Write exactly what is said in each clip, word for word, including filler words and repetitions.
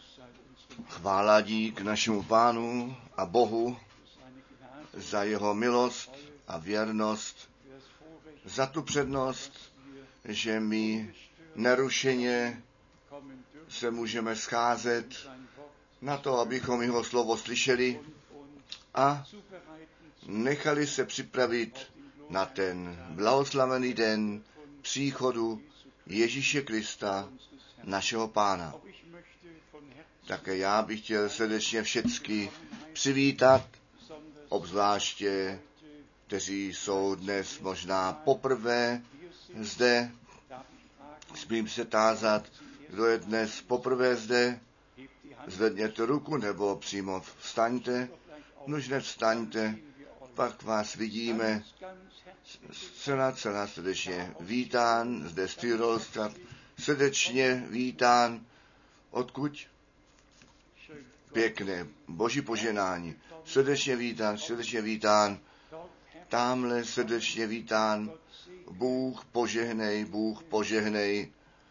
Chvála dík našemu Pánu a Bohu za jeho milost a věrnost, za tu přednost, že my nerušeně se můžeme scházet na to, abychom jeho slovo slyšeli a nechali se připravit na ten blahoslavený den příchodu Ježíše Krista, našeho Pána. Také já bych chtěl srdečně všechny přivítat, obzvláště, kteří jsou dnes možná poprvé zde. Smím se tázat, kdo je dnes poprvé zde, zvedněte ruku nebo přímo vstaňte, nož nevstaňte, pak vás vidíme. Celá, celá srdečně vítán, zde z Tyrolska, srdečně vítán. Odkud? Pěkné, boží poženání. Srdečně vítán, srdečně vítán. Támhle srdečně vítán. Bůh požehnej, Bůh požehnej.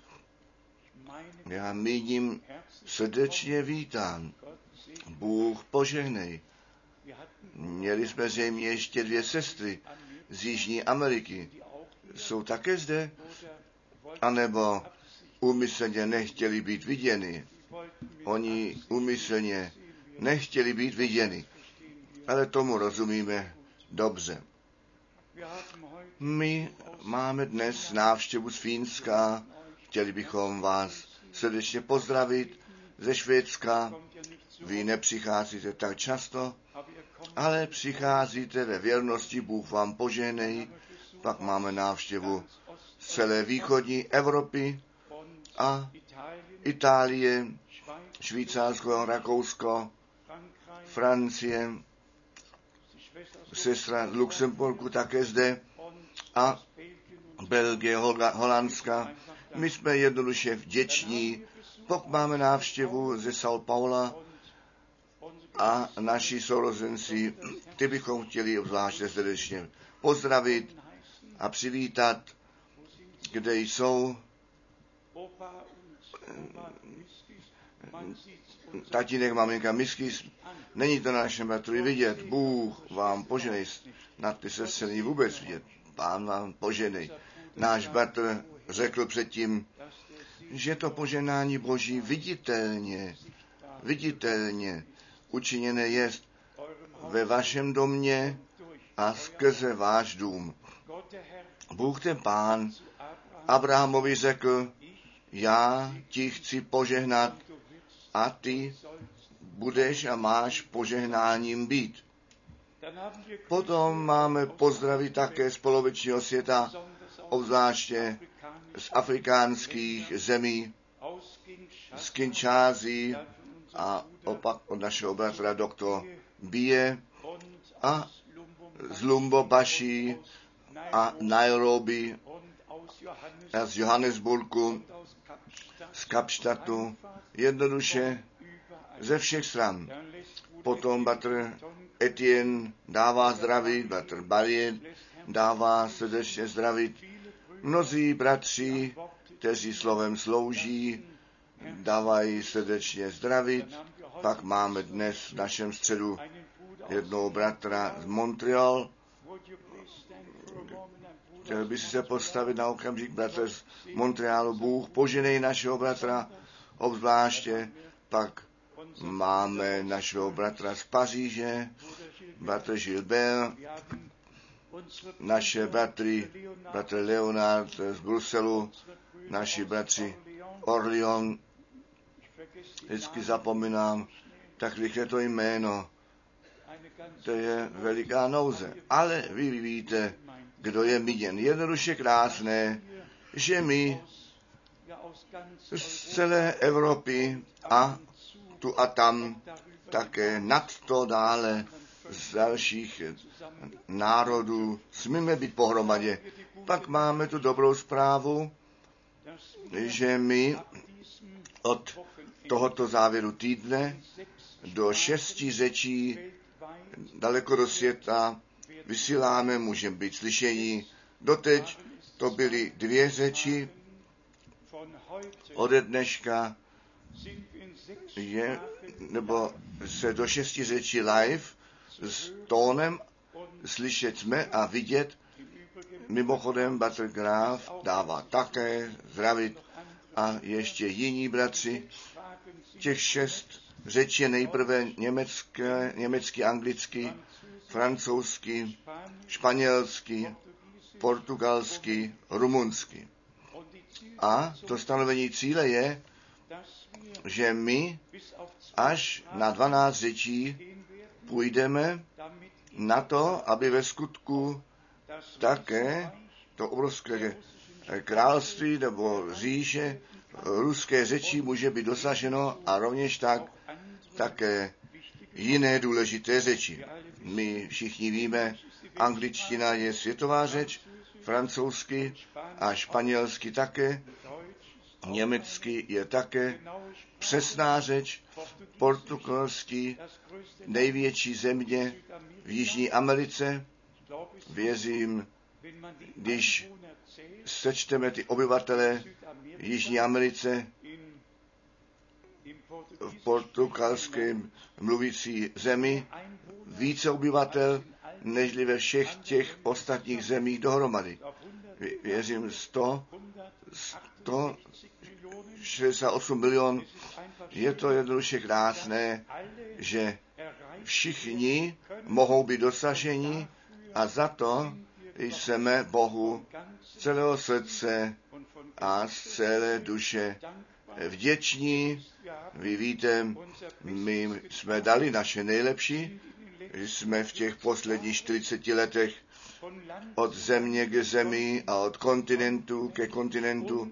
Já míním srdečně vítán. Bůh požehnej. Měli jsme zřejmě ještě dvě sestry z Jižní Ameriky. Jsou také zde? A nebo úmyslně nechtěli být viděni. Oni úmyslně nechtěli být viděni. Ale tomu rozumíme dobře. My máme dnes návštěvu z Fínska. Chtěli bychom vás srdečně pozdravit ze Švédska. Vy nepřicházíte tak často, ale přicházíte ve věrnosti, Bůh vám požehnej. Pak máme návštěvu z celé východní Evropy a Itálie, Švýcarsko, Rakousko, Francie, sestra z Lucemburku také zde a Belgie, Holandska. My jsme jednoduše vděční, pokud máme návštěvu ze São Paula a naši sourozenci, ty bychom chtěli obzvláště srdečně pozdravit a přivítat, kde jsou tatínek, maminka, Miskis. Není to na našem bratru vidět. Bůh vám poženej. Na ty sestry není vůbec vidět. Pán vám poženej. Náš bratr řekl předtím, že to poženání Boží viditelně, viditelně učiněné jest ve vašem domě a skrze váš dům. Bůh ten Pán Abrahamovi řekl, já ti chci požehnat a ty budeš a máš požehnáním být. Potom máme pozdravit také z polovičního světa, obzvláště z afrikánských zemí, z Kinshásy a opak od našeho bratra doktor Bie a z Lumbobashi a Nairobi a z Johannesburgu, z Kapstadtu, jednoduše ze všech stran. Potom bratr Etienne dává zdravit, bratr Barrier dává srdečně zdravit. Mnozí bratři, kteří slovem slouží, dávají srdečně zdravit. Pak máme dnes v našem středu jednoho bratra z Montreal. Chtěl by si se postavit na okamžik, bratr z Montrealu. Bůh poženej našeho bratra, obzvláště pak máme našeho bratra z Paříže, bratr Gilbert, naše bratry, bratr Leonard z Bruselu, naši bratři Orleans, vždycky zapomínám, tak rychle to jméno, to je veliká nouze. Ale vy víte, kdo je viděn. Jednoduše krásné, že my z celé Evropy a tu a tam také nad to dále z dalších národů smíme být pohromadě. Pak máme tu dobrou zprávu, že my od tohoto závěru týdne do šesti řečí daleko do světa vysíláme, můžeme být slyšení. Doteď to byly dvě řeči, ode dneška je, nebo se do šesti řečí live s tónem slyšet jsme a vidět. Mimochodem Bratr Graf dává také zdravit a ještě jiní bratři. Těch šest řečí je nejprve německé, německy, anglicky, francouzsky, španělsky, portugalsky, rumunsky. A to stanovení cíle je, že my až na dvanáct řečí půjdeme na to, aby ve skutku také to obrovské království nebo říše ruské řeči může být dosaženo a rovněž tak také jiné důležité řeči. My všichni víme, angličtina je světová řeč, francouzsky a španělsky také, německy je také přesná řeč, portugalsky největší země v Jižní Americe. Věřím, když sečteme ty obyvatele v Jižní Americe, v portugalském mluvící zemi, více obyvatel, nežli ve všech těch ostatních zemích dohromady. Věřím sto, sto šedesát osm milion. Je to jednoduše krásné, že všichni mohou být dosaženi a za to jsme Bohu celého srdce a z celé duše vděční. Vy víte, my jsme dali naše nejlepší, jsme v těch posledních čtyřiceti letech od země k zemi a od kontinentu ke kontinentu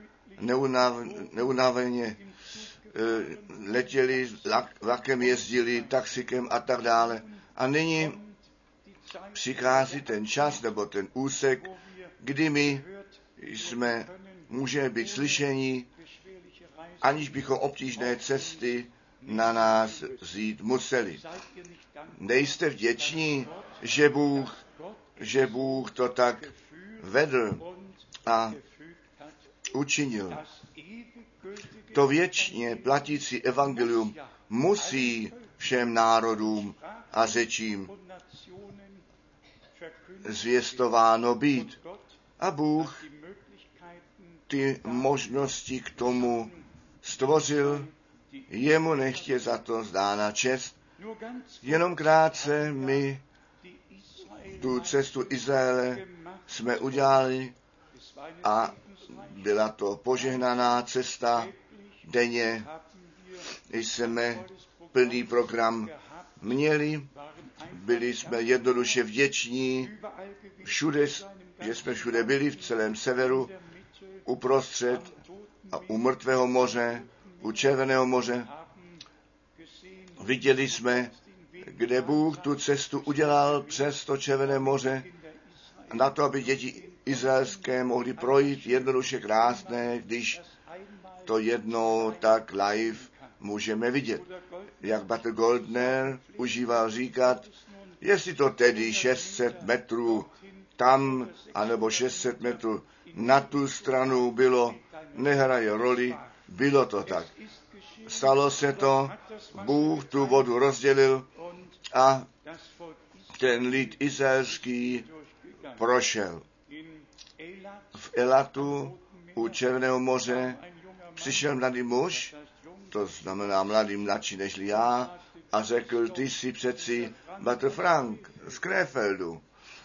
neunáveně letěli, vlakem jezdili, taxikem a tak dále. A nyní přichází ten čas nebo ten úsek, kdy my jsme, můžeme být slyšeni, aniž bychom obtížné cesty na nás vzít museli. Nejste vděční, že Bůh, že Bůh to tak vedl a učinil. To věčně platící evangelium musí všem národům a řečím zvěstováno být. A Bůh ty možnosti k tomu stvořil, jemu nechtě za to zdána čest. Jenom krátce my tu cestu Izraele jsme udělali a byla to požehnaná cesta. Denně jsme plný program měli, byli jsme jednoduše vděční všude, že jsme všude byli, v celém severu, uprostřed a u Mrtvého moře, u Červeného moře. Viděli jsme, kde Bůh tu cestu udělal přes to Červené moře, na to, aby děti izraelské mohly projít, jednoduše krásné, když to jednou tak live můžeme vidět. Jak Bratr Goldner užíval říkat, jestli to tedy šest set metrů tam, anebo šest set metrů na tu stranu bylo, nehraje roli, bylo to tak. Stalo se to, Bůh tu vodu rozdělil a ten lid izraelský prošel. V Elatu u Červeného moře přišel mladý muž, to znamená mladý mladší než já, a řekl, ty jsi přeci Bratr Frank z Krefeldu.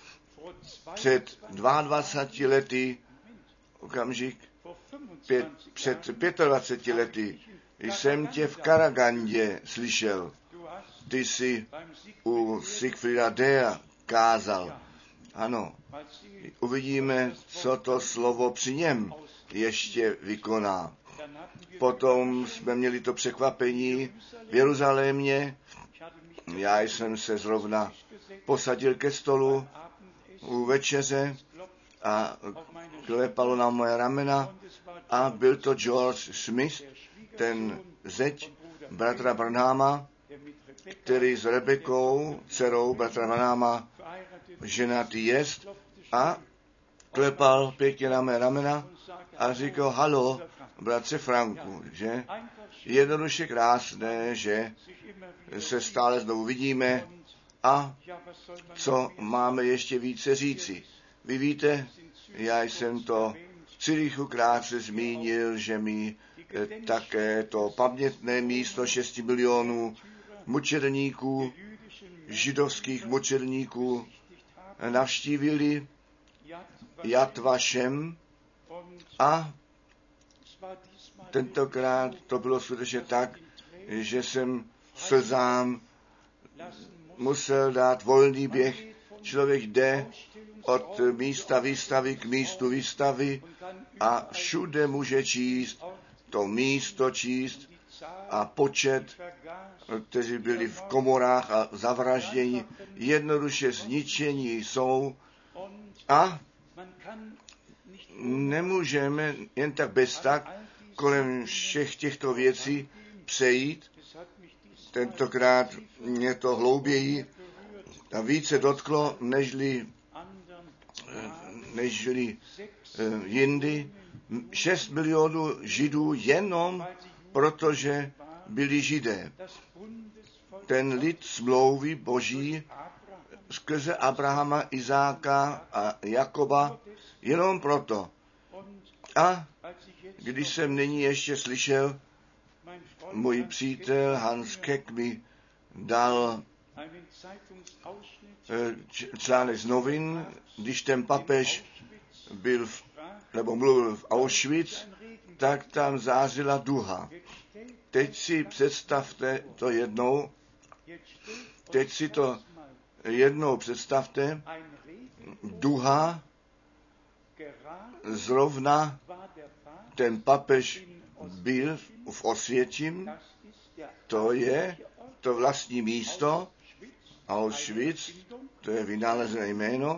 Před dvaceti dvěma lety, okamžik, pět, před dvaceti pěti lety jsem tě v Karagandě slyšel. Ty jsi u Siegfrieda Dea kázal. Ano, uvidíme, co to slovo při něm ještě vykoná. Potom jsme měli to překvapení v Jeruzalémě. Já jsem se zrovna posadil ke stolu u večeře a klepalo na moje ramena a byl to George Smith, ten zeď bratra Branhama, který s Rebekou, dcerou bratra Branhama, ženatý jest a klepal pěkně na mé ramena a říkal, halo, bratře Franku, že? Jednoduše krásné, že se stále znovu vidíme a co máme ještě více říci. Vy víte, já jsem to v Cyrichu krátce zmínil, že mi také to pamětné místo šesti milionů mučedníků, židovských mučedníků navštívili Yad Vashem a tentokrát to bylo skutečně tak, že jsem slzám musel dát volný běh. Člověk jde od místa výstavy k místu výstavy a všude může číst, to místo číst a počet, kteří byli v komorách a zavražděni, jednoduše zničení jsou a nemůžeme jen tak bez tak kolem všech těchto věcí přejít. Tentokrát mě to hlouběji a více dotklo, nežli, nežli jindy. Šest milionů Židů jenom protože byli Židé. Ten lid smlouvy Boží skrze Abrahama, Izáka a Jakoba jenom proto. A když jsem nyní ještě slyšel, můj přítel Hans Keck mi dal článek z novin, když ten papež byl v, nebo mluvil v Auschwitz, tak tam zářila duha. Teď si představte to jednou, teď si to jednou představte, duha, zrovna ten papež byl v Osvětim, to je to vlastní místo, Auschwitz, to je vynalezené jméno,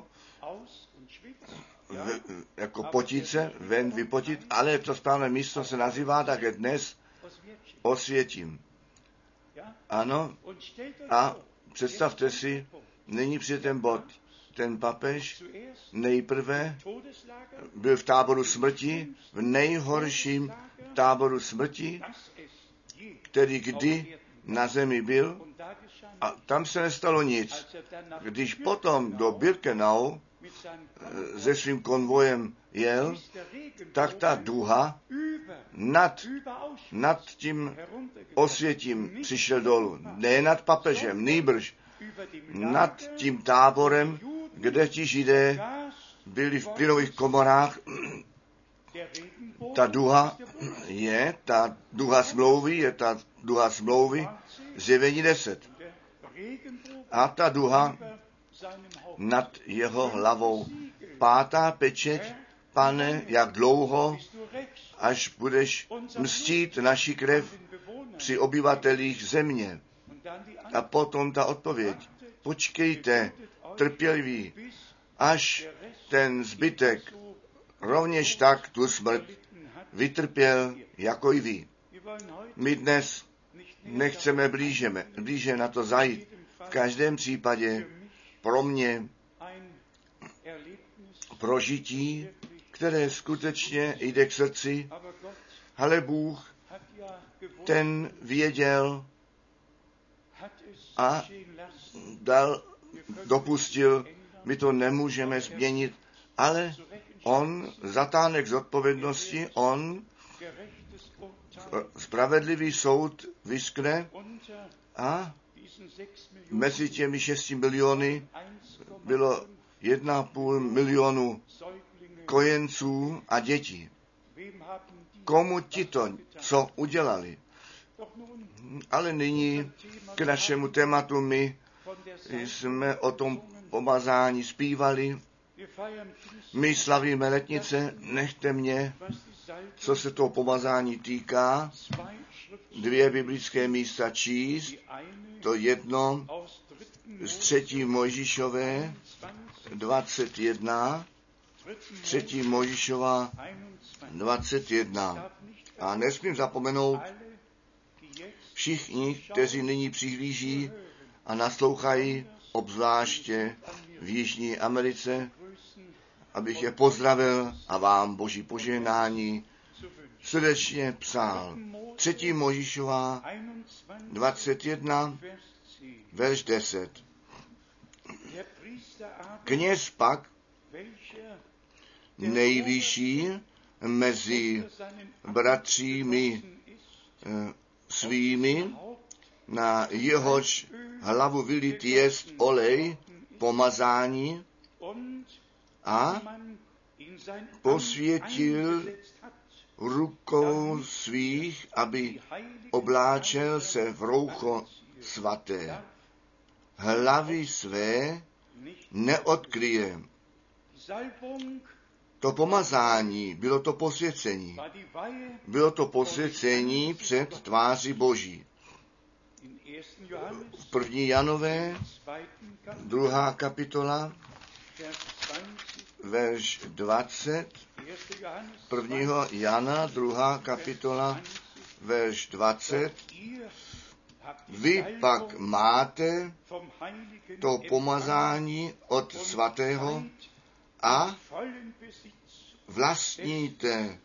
v, jako potice, ven vypotit, ale to správné místo se nazývá také dnes Osvětim. Ano, a představte si, není při ten bod, ten papež nejprve byl v táboru smrti, v nejhorším táboru smrti, který kdy na zemi byl, a tam se nestalo nic. Když potom do Birkenau se svým konvojem jel, tak ta duha nad, nad tím Osvětím přišel dolů. Ne nad papežem, nýbrž nad tím táborem, kde ti Židé byli v plynových komorách. Ta duha je, ta duha smlouvy, je ta duha smlouvy, Zjevení deset. A ta duha nad jeho hlavou. Pátá pečeť, Pane, jak dlouho, až budeš mstít naši krev při obyvatelích země. A potom ta odpověď. Počkejte, trpěliví, až ten zbytek rovněž tak tu smrt vytrpěl jako i vy. My dnes nechceme blíže, blíže na to zajít. V každém případě pro mě prožití, které skutečně jde k srdci, ale Bůh ten věděl a dal, dopustil, my to nemůžeme změnit, ale on zatáhne k zodpovědnosti, on spravedlivý soud vyskne a mezi těmi šesti miliony bylo jedna půl milionu kojenců a dětí. Komu tito co udělali? Ale nyní k našemu tématu my jsme o tom pomazání zpívali. My slavíme letnice, nechte mě, co se toho pomazání týká, dvě biblické místa číst, to jedno z třetí Mojžíšové dvacet jedna, třetí Mojžíšova dvacet jedna. A nesmím zapomenout, všichni, kteří nyní přihlíží a naslouchají, obzvláště v Jižní Americe, abych je pozdravil a vám Boží požehnání srdečně psal. Třetí Mojžíšová dvacet jedna, verš deset. Kněz pak nejvyšší mezi bratřími e, svými, na jehož hlavu vylit jest olej pomazání, a posvětil rukou svých, aby obláčel se v roucho svaté. Hlavy své neodkryje. To pomazání, bylo to posvěcení. Bylo to posvěcení před tváří Boží. V první Janové, druhá kapitola, verš dvacet, prvního Jana, druhá kapitola, verš dvacet. Vy pak máte to pomazání od svatého a vlastníte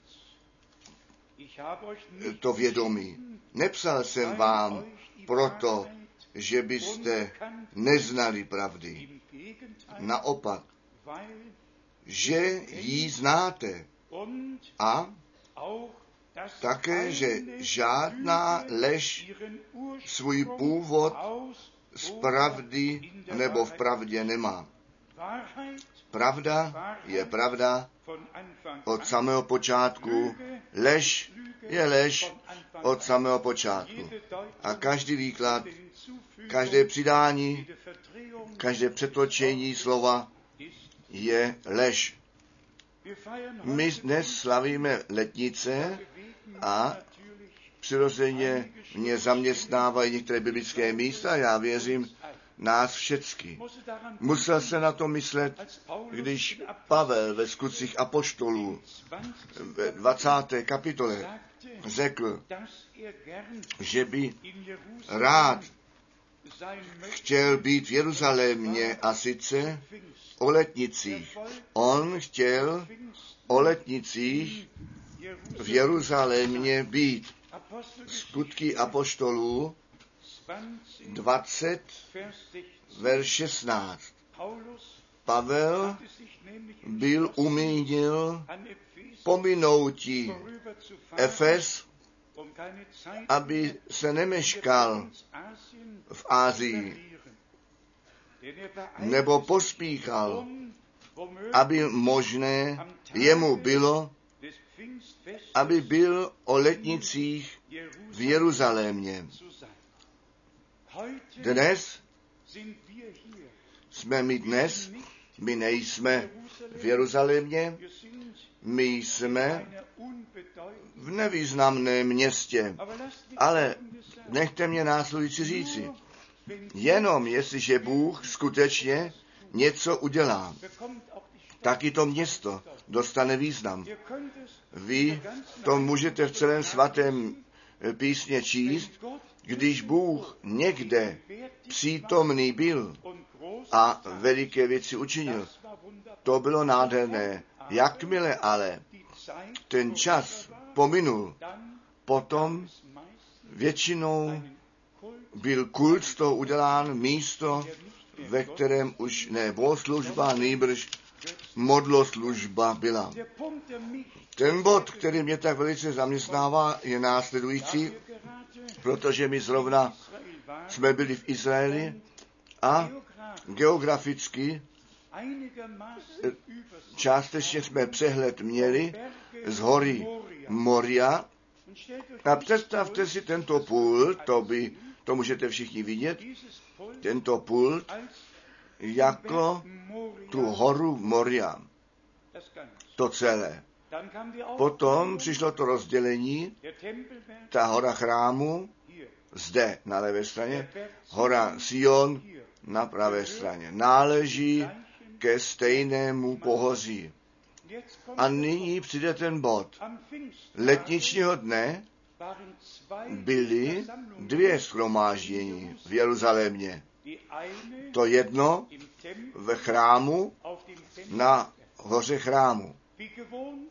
to vědomí. Nepsal jsem vám proto, že byste neznali pravdy. Naopak, že ji znáte a také, že žádná lež svůj původ z pravdy nebo v pravdě nemá. Pravda je pravda od samého počátku, lež je lež od samého počátku. A každý výklad, každé přidání, každé přetočení slova je lež. My dnes slavíme letnice a přirozeně mě zaměstnávají některé biblické místa, já věřím, nás všecky. Musel se na to myslet, když Pavel ve Skutcích apoštolů ve dvacáté kapitole řekl, že by rád chtěl být v Jeruzalémě, a sice o letnicích. On chtěl o letnicích v Jeruzalémě být. Skutky apoštolů dvacet, verš šestnáct. Pavel byl umínil pominouti Efes, aby se nemeškal v Asii, nebo pospíchal, aby možné jemu bylo, aby byl o letnicích v Jeruzalémě. Dnes jsme my dnes, my nejsme v Jeruzalémě, my jsme v nevýznamném městě. Ale nechte mě následující říci. Jenom jestliže Bůh skutečně něco udělá, tak i to město dostane význam. Vy to můžete v celém svatém písmě číst, když Bůh někde přítomný byl a veliké věci učinil. To bylo nádherné. Jakmile ale ten čas pominul, potom většinou byl kult z toho udělán místo, ve kterém už ne bohoslužba, nýbrž modloslužba byla. Ten bod, který mě tak velice zaměstnává, je následující, protože my zrovna jsme byli v Izraeli a geograficky částečně jsme přehled měli z hory Moria. A představte si tento pult, to, by, to můžete všichni vidět, tento pult jako tu horu Moria. To celé. Potom přišlo to rozdělení, ta hora chrámu, zde na levé straně, hora Sion na pravé straně. Náleží ke stejnému pohoří. A nyní přijde ten bod. Letničního dne byly dvě shromáždění v Jeruzalémě. To jedno v chrámu, na hoře chrámu.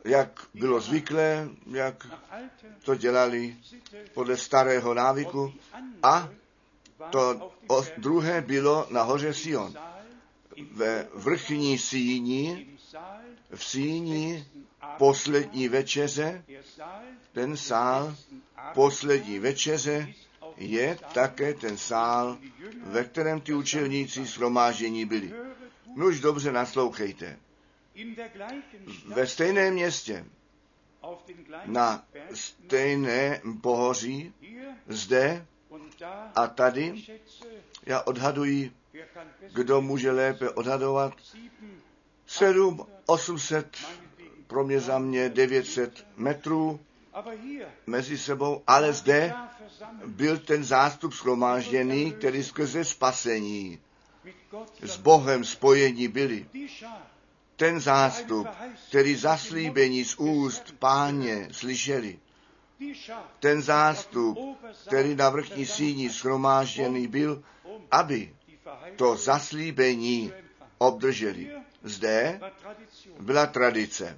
jak bylo zvyklé, jak to dělali podle starého návyku. A to druhé bylo na hoře Sion. Ve vrchní síni, v síni poslední večeře, ten sál poslední večeře je také ten sál, ve kterém ty učedníci shromáždění byli. No už dobře naslouchejte. Ve stejném městě, na stejném pohoří, zde a tady, já odhaduji, kdo může lépe odhadovat, sedm, osm set, pro mě za mě devět set metrů mezi sebou, ale zde byl ten zástup shromážděný, který skrze spasení s Bohem spojení byli. Ten zástup, který zaslíbení z úst Páně slyšeli. Ten zástup, který na vrchní síni shromážděný byl, aby to zaslíbení obdrželi. Zde byla tradice.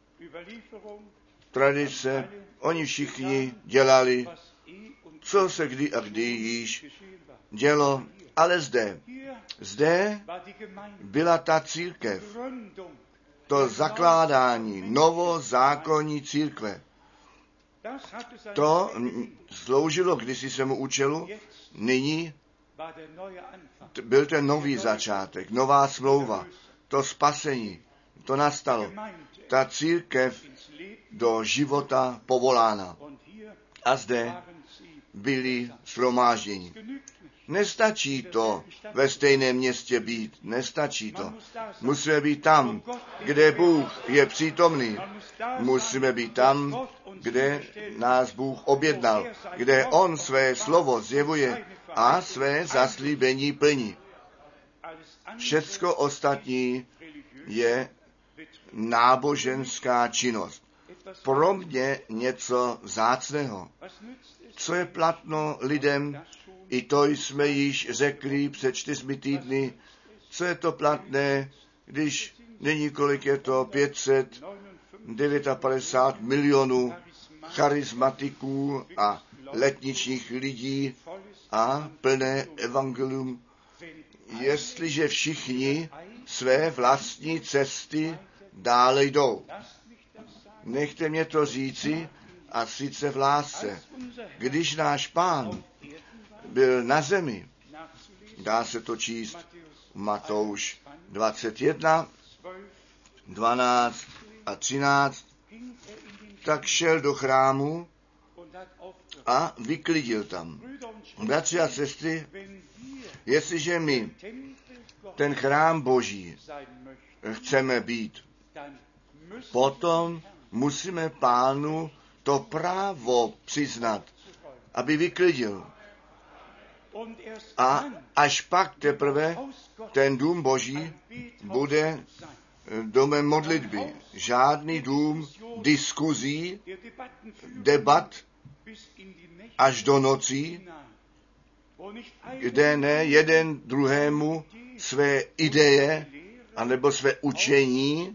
Tradice, oni všichni dělali, co se kdy a kdy již dělo, ale zde, zde byla ta církev, to zakládání novozákonní církve. To sloužilo kdysi svému účelu, nyní byl ten nový začátek, nová smlouva, to spasení, to nastalo. Ta církev do života povolána. A zde byli shromážděni. Nestačí to ve stejném městě být, nestačí to. Musíme být tam, kde Bůh je přítomný. Musíme být tam, kde nás Bůh objednal, kde On své slovo zjevuje a své zaslíbení plní. Všecko ostatní je náboženská činnost. Pro mě něco vzácného. Co je platno lidem, i to jsme již řekli před čtyřmi týdny, co je to platné, když není kolik je to pět set padesát devět milionů charismatiků a letničních lidí a plné evangelium, jestliže všichni své vlastní cesty dále jdou. Nechte mě to říci, a sice v lásce. Když náš Pán byl na zemi, dá se to číst Matouš dvacet jedna, dvanáct a třináct, tak šel do chrámu a vyklidil tam. Bratři a sestry, jestliže my ten chrám Boží chceme být, potom musíme Pánu to právo přiznat, aby vyklidil. A až pak teprve ten dům Boží bude domem modlitby. Žádný dům diskuzí, debat až do nocí, kde ne jeden druhému své ideje anebo své učení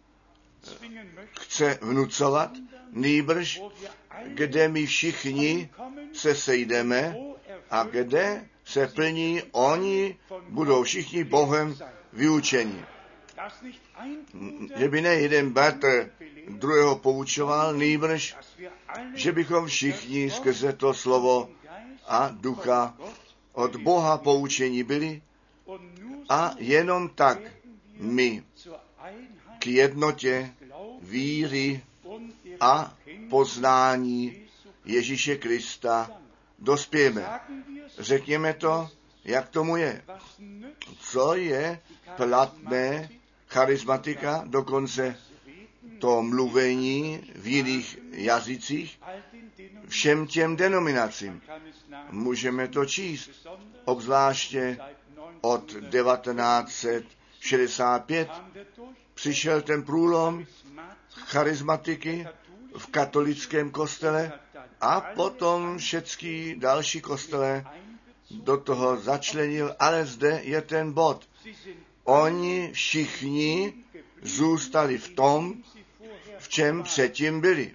chce vnucovat, nýbrž kde my všichni se sejdeme a kde se plní, oni budou všichni Bohem vyučeni. Že by ne jeden bratr druhého poučoval, nýbrž, že bychom všichni skrze to slovo a ducha od Boha poučení byli a jenom tak my k jednotě víry a poznání Ježíše Krista dospějeme. Řekněme to, jak tomu je. Co je platné charismatika, dokonce to mluvení v jiných jazycích, všem těm denominacím. Můžeme to číst, obzvláště od devatenáct set šedesát pět přišel ten průlom charismatiky v katolickém kostele a potom všechny další kostele do toho začlenil, ale zde je ten bod. Oni všichni zůstali v tom, v čem předtím byli.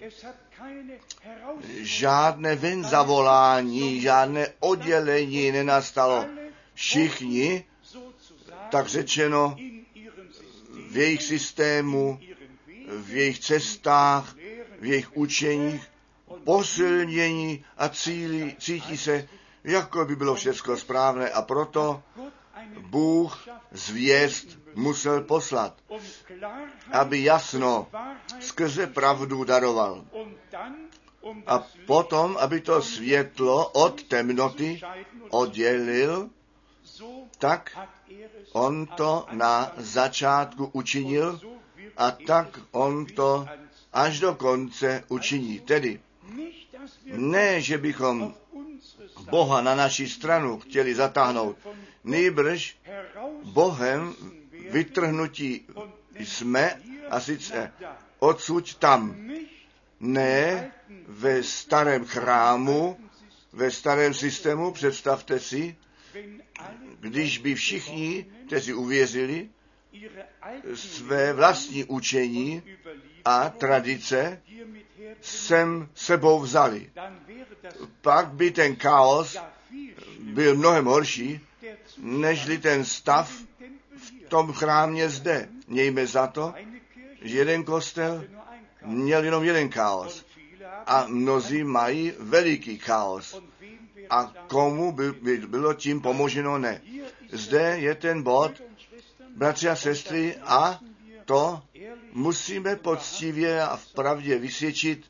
Žádné ven zavolání, žádné oddělení nenastalo. Všichni, tak řečeno, v jejich systému, v jejich cestách, v jejich učeních, posilnění a cílí, cítí se, jako by bylo všechno správné. A proto Bůh zvěst musel poslat, aby jasno skrze pravdu daroval. A potom, aby to světlo od temnoty oddělil, tak on to na začátku učinil a tak on to až do konce učiní. Tedy ne, že bychom Boha na naši stranu chtěli zatáhnout, nýbrž Bohem vytrhnutí jsme a sice odsud tam. Ne ve starém chrámu, ve starém systému, představte si, když by všichni, kteří uvěřili, své vlastní učení a tradice sem sebou vzali. Pak by ten chaos byl mnohem horší, nežli ten stav v tom chrámě zde. Mějme za to, že jeden kostel měl jenom jeden chaos a mnozí mají veliký chaos. A komu by, by bylo tím pomoženo? Ne. Zde je ten bod, bratři a sestry, a to musíme poctivě a v pravdě vysvědčit,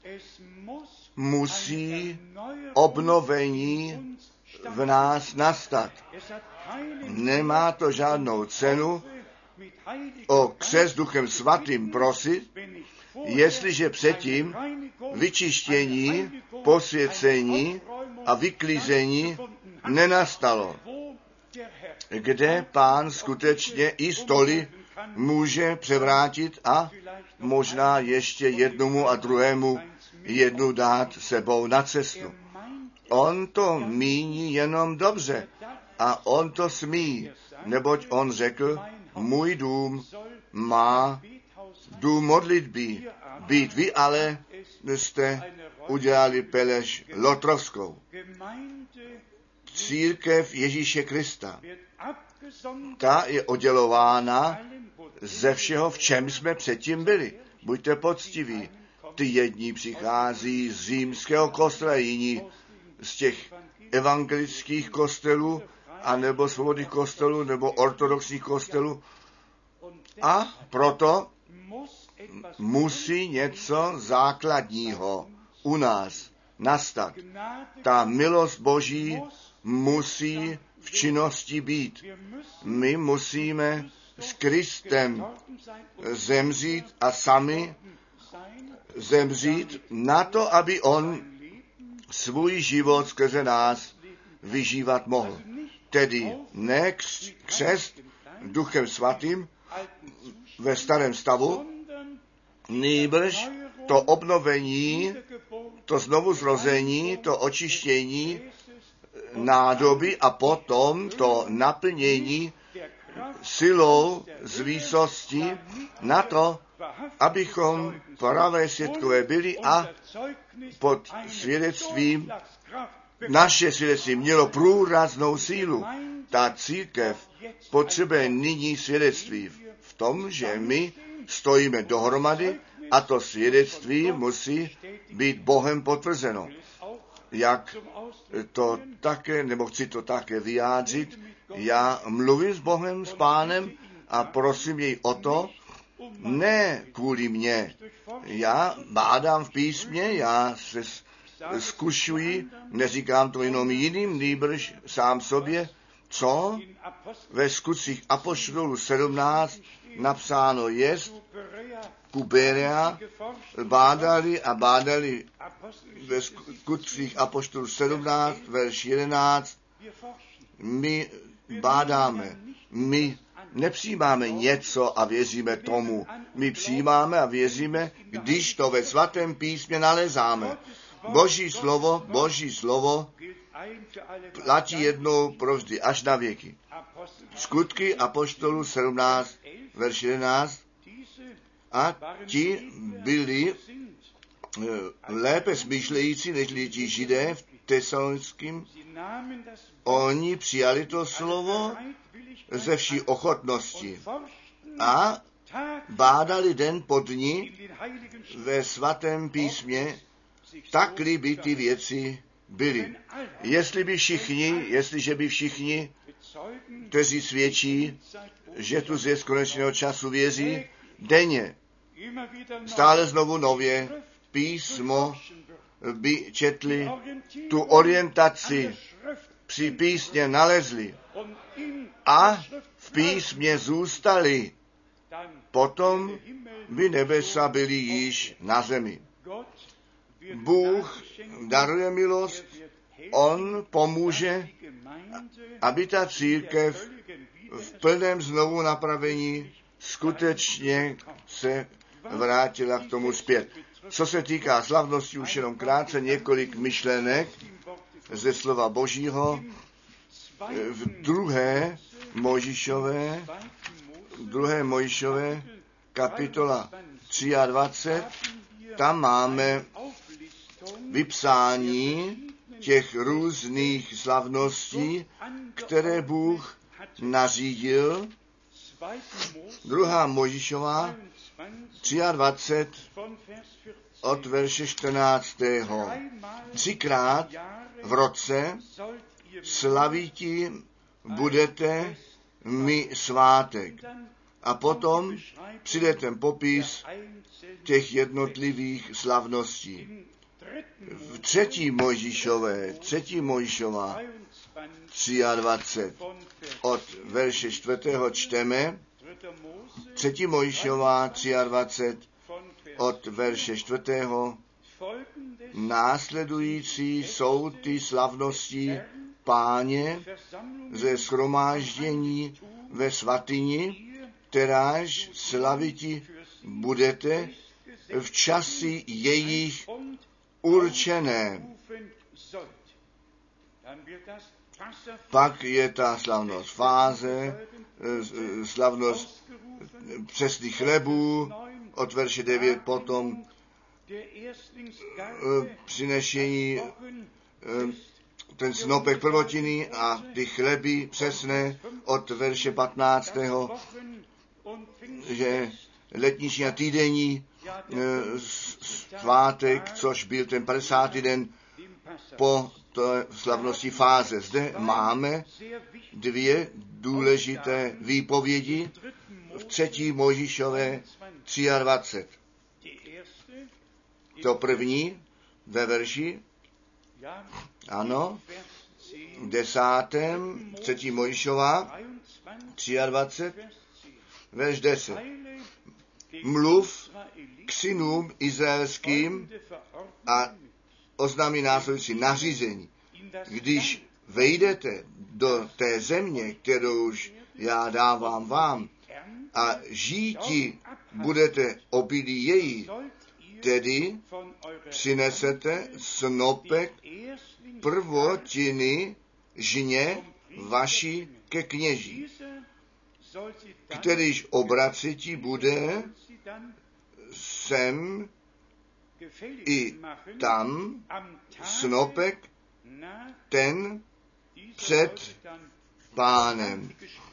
musí obnovení v nás nastat. Nemá to žádnou cenu o křest Duchem Svatým prosit, jestliže předtím vyčištění, posvěcení a vyklízení nenastalo, kde Pán skutečně i stoly může převrátit a možná ještě jednomu a druhému jednu dát sebou na cestu. On to míní jenom dobře a on to smí, neboť on řekl, můj dům má dům modlitby být, vy ale jste udělali pelež lotrovskou. Církev Ježíše Krista, ta je oddělována ze všeho, v čem jsme předtím byli. Buďte poctiví. Ty jedni přichází z římského kostela, jiní z těch evangelických kostelů, anebo svobodných kostelů, nebo ortodoxních kostelů. A proto musí něco základního u nás nastat. Ta milost Boží musí v činnosti být. My musíme s Kristem zemřít a sami zemřít na to, aby on svůj život skrze nás vyžívat mohl. Tedy ne křest Duchem Svatým ve starém stavu, nýbrž to obnovení, to znovuzrození, to očištění nádoby a potom to naplnění silou z výsosti na to, abychom pravé svědkové byli a pod svědectvím, naše svědectví mělo průraznou sílu. Ta církev potřebuje nyní svědectví v tom, že my stojíme dohromady a to svědectví musí být Bohem potvrzeno. Jak to také, nebo chci to také vyjádřit, já mluvím s Bohem, s Pánem a prosím jej o to, ne kvůli mně. Já bádám v písmě, já se zkušuji, neříkám to jenom jiným, nýbrž sám sobě, co ve skutcích apoštolů sedmnáct napsáno jest, Kuberea bádali a bádali ve skutcích apoštolů sedmnáct, verš jedenáct, my bádáme, my nepřijímáme něco a věříme tomu. My přijímáme a věříme, když to ve svatém písmě nalezáme. Boží slovo, Boží slovo platí jednou provždy až na věky. Skutky apoštolů sedmnáct, verš jedenáct. a ti byli lépe smýšlející než ti Židé v Tesalonickém. Oni přijali to slovo ze vší ochotnosti a bádali den po dni ve svatém písmě, tak-li by ty věci byly. Jestli by všichni, jestliže by všichni, kteří svědčí, že tu zvěst konečného času věří, denně, stále znovu nově, písmo by četli, tu orientaci při písmě nalezli a v písmě zůstali, potom by nebesa byly již na zemi. Bůh daruje milost, on pomůže, aby ta církev v plném znovu napravení skutečně se vrátila k tomu zpět. Co se týká slavnosti, už jenom krátce několik myšlenek ze slova Božího v druhé Mojžišové, druhé Mojžišové kapitola dvacet tři, tam máme vypsání těch různých slavností, které Bůh nařídil. Druhá Mojžišová dvacet tři od verše čtrnáctého. Třikrát v roce slavíti budete mi svátek. A potom přijde ten popis těch jednotlivých slavností. V třetí Mojžišové, třetí Mojžišová dvacet tři od verše čtvrtého čteme, třetí Mojžišová dvacet tři od verše čtvrtého. Následující jsou ty slavnosti Páně ze shromáždění ve svatyni, kteráž slaviti budete v časy jejich určené. Pak je ta slavnost fáze, slavnost přesných chlebů, od verše devět potom přinešení, ten snopek prvotiny a ty chleby přesné od verše patnáctého, že letniční a týdenní svátek, což byl ten padesátý den po té slavnosti fáze. Zde máme dvě důležité výpovědi v třetí Mojžišové dvacet tři. To první ve verši, ano, v desátém, třetí Mojžišová dvacet tři, verš deset. Mluv k synům izraelským a oznámí následující nařízení. Když vejdete do té země, kterou už já dávám vám, a žíti budete obilí její, tedy přinesete snopek prvotiny žně vaší ke kněží, kterýž obraceti bude sem i tam snopek ten před Pánem.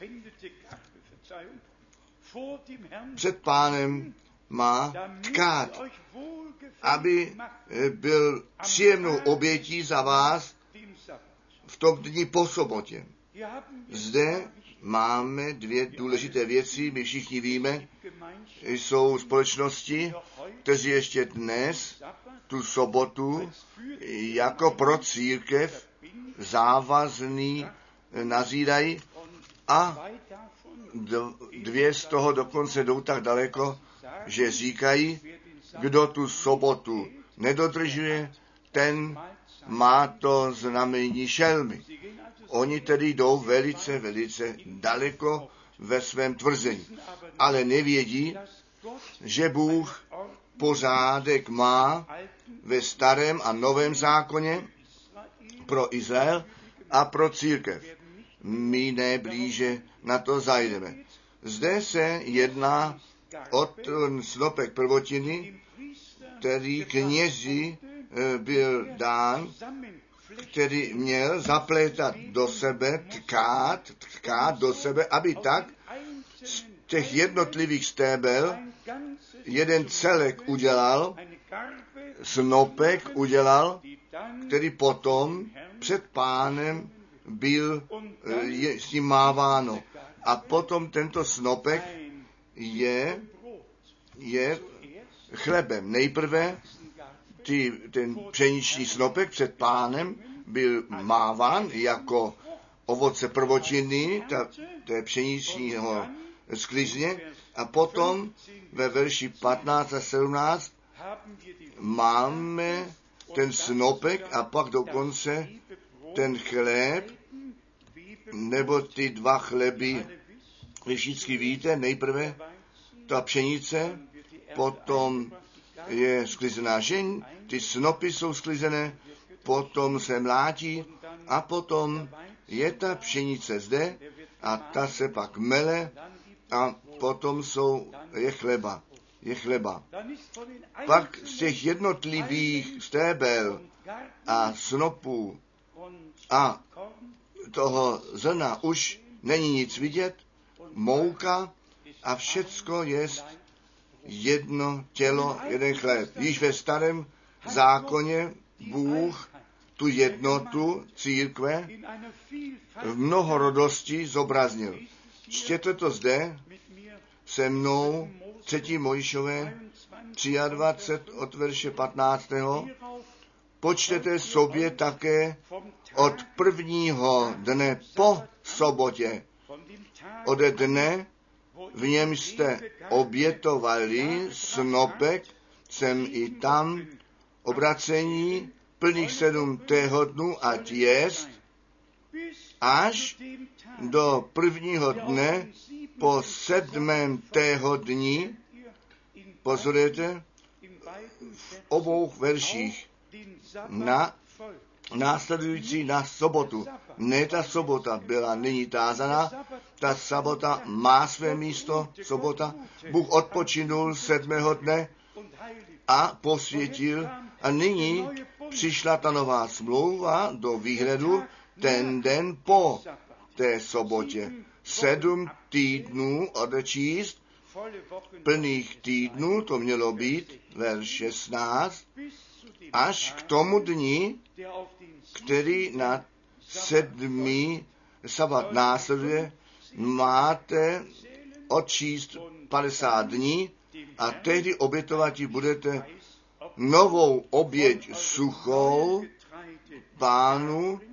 Před Pánem má tkát, aby byl příjemnou obětí za vás v tom dni po sobotě. Zde máme dvě důležité věci, my všichni víme, jsou společnosti, kteří ještě dnes tu sobotu jako pro církev závazný nazírají a dvě z toho dokonce jdou tak daleko, že říkají, kdo tu sobotu nedodržuje, ten má to znamení šelmy. Oni tedy jdou velice, velice daleko ve svém tvrzení, ale nevědí, že Bůh pořádek má ve starém a novém zákoně pro Izrael a pro církev. My neblíže na to zajdeme. Zde se jedná od ten snopek prvotiny, který knězi byl dán, který měl zaplétat do sebe, tkát, tkát do sebe, aby tak z těch jednotlivých stébel jeden celek udělal, snopek udělal, který potom před Pánem byl je, s ním máváno. A potom tento snopek je, je chlebem. Nejprve ty, ten pšeniční snopek před Pánem byl máván jako ovoce prvotiny, ta, té pšeničního sklizně, a potom ve verši patnáct a sedmnáct máme ten snopek a pak dokonce ten chléb, nebo ty dva chleby. Vy všichni víte, nejprve ta pšenice, potom je sklizená žeň, ty snopy jsou sklizené, potom se mlátí a potom je ta pšenice zde a ta se pak mele a potom jsou, je chleba. Je chleba. Pak z těch jednotlivých stébel a snopů a toho zrna už není nic vidět, mouka a všecko je jedno tělo, jeden chléb. Již ve starém zákoně Bůh tu jednotu církve v mnohorodosti zobraznil. Čtěte to zde se mnou třetí Mojžíšové dvacet tři od verše patnáctého Počtete sobě také od prvního dne po sobotě, ode dne, v něm jste obětovali snopek, sem i tam, obracení plných sedm tého dnu, ať jest, až do prvního dne po sedmém tého dní, pozorujete, v obou verších, na následující na sobotu. Ne, ta sobota byla nyní tázaná, ta sobota má své místo, sobota. Bůh odpočinul sedmého dne a posvětil a nyní přišla ta nová smlouva do výhledu ten den po té sobotě. Sedm týdnů odečíst, plných týdnů, to mělo být, verš šestnáct, až k tomu dni, který na sedmý sabat následuje, máte odčíst padesát dní a tehdy obětovati budete novou oběť suchou Pánu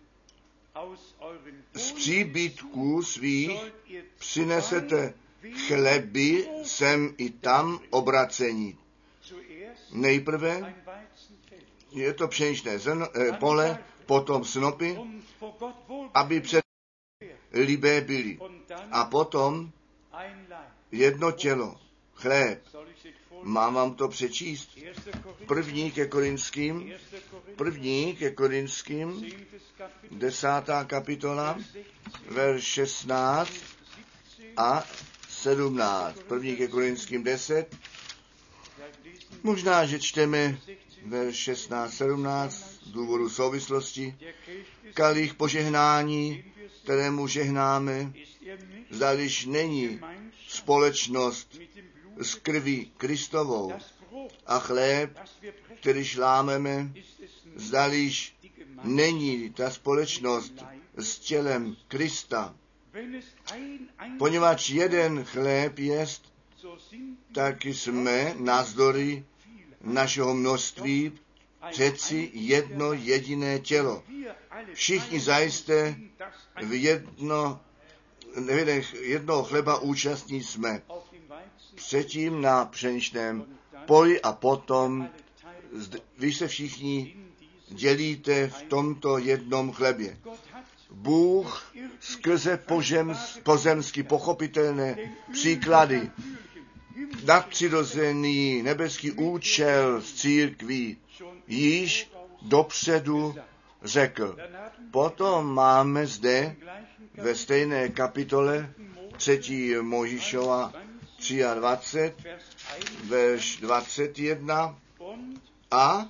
z příbytků svých přinesete chleby sem i tam obracení. Nejprve je to pšeničné zrno, eh, pole, potom snopy, aby před libé byly. A potom jedno tělo, chléb. Mám vám to přečíst? První ke Korinským, první ke Korinským, desátá kapitola, verš šestnáct a sedmnáct. První ke Korinským deset. Možná, že čteme verš šestnáct sedmnáct z důvodu souvislosti. Kalich požehnání, kterému žehnáme, zdališ není společnost s krví Kristovou a chléb, který šlámeme, zdališ není ta společnost s tělem Krista. Poněvadž jeden chléb jest, tak jsme navzdory našeho množství přeci jedno jediné tělo. Všichni zajisté v jedno, jednoho chleba účastní jsme. Předtím na pšeničném poli a potom vy se všichni dělíte v tomto jednom chlebě. Bůh skrze požems, pozemsky pochopitelné příklady, nadpřirozený nebeský účel z církví již dopředu řekl. Potom máme zde ve stejné kapitole třetí Mojžíšova dvacet tři, verš dvacet jedna. A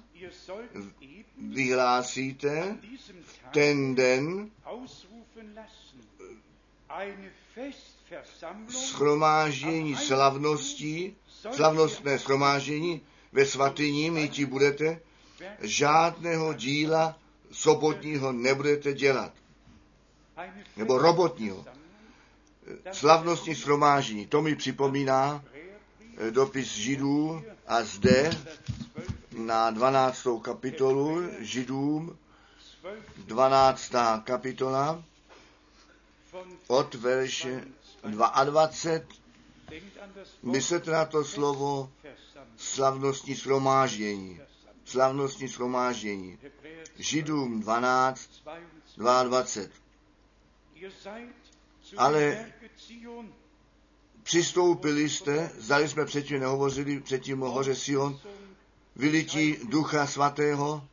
vyhlásíte ten den shromáždění slavností, slavnostné shromáždění ve svatyni, myti budete, žádného díla sobotního nebudete dělat. Nebo robotního. Slavnostní shromáždění. To mi připomíná dopis Židů a zde na dvanáctou kapitolu Židům, dvanáctá kapitola od verše dvacet dva. Myslete na to slovo slavnostní shromáždění. Slavnostní shromáždění. Židům dvanáct, dvacet dva. Ale přistoupili jste, zdali jsme předtím nehovořili, předtím o hoře Sion, vylití Ducha Svatého,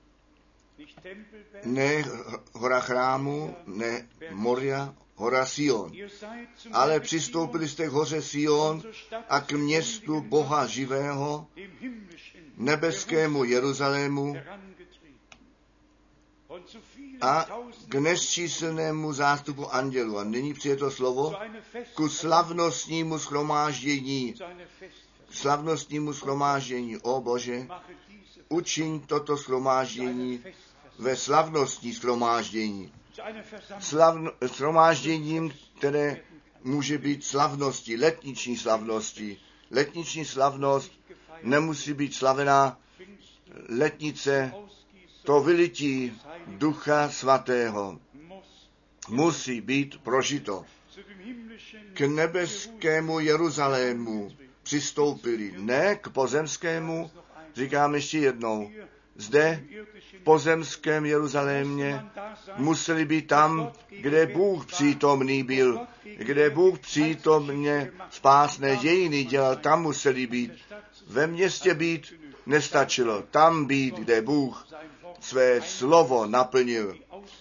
ne hora chrámu, ne Moria, hora Sion. Ale přistoupili jste k hoře Sion a k městu Boha živého, nebeskému Jeruzalému a k nesčíslnému zástupu andělů. A nyní přijde to slovo ku slavnostnímu shromáždění. Slavnostnímu shromáždění. O Bože, učiň toto shromáždění ve slavnostní shromáždění. Slavno, shromážděním, které může být slavností, letniční slavnosti. Letniční slavnost nemusí být slavená letnice, to vylití Ducha Svatého musí být prožito. K nebeskému Jeruzalému přistoupili, ne k pozemskému, říkám ještě jednou, zde v pozemském Jeruzalémě museli být tam, kde Bůh přítomný byl, kde Bůh přítomně spásné dějiny dělal, tam museli být. Ve městě být nestačilo, tam být, kde Bůh své slovo naplnil.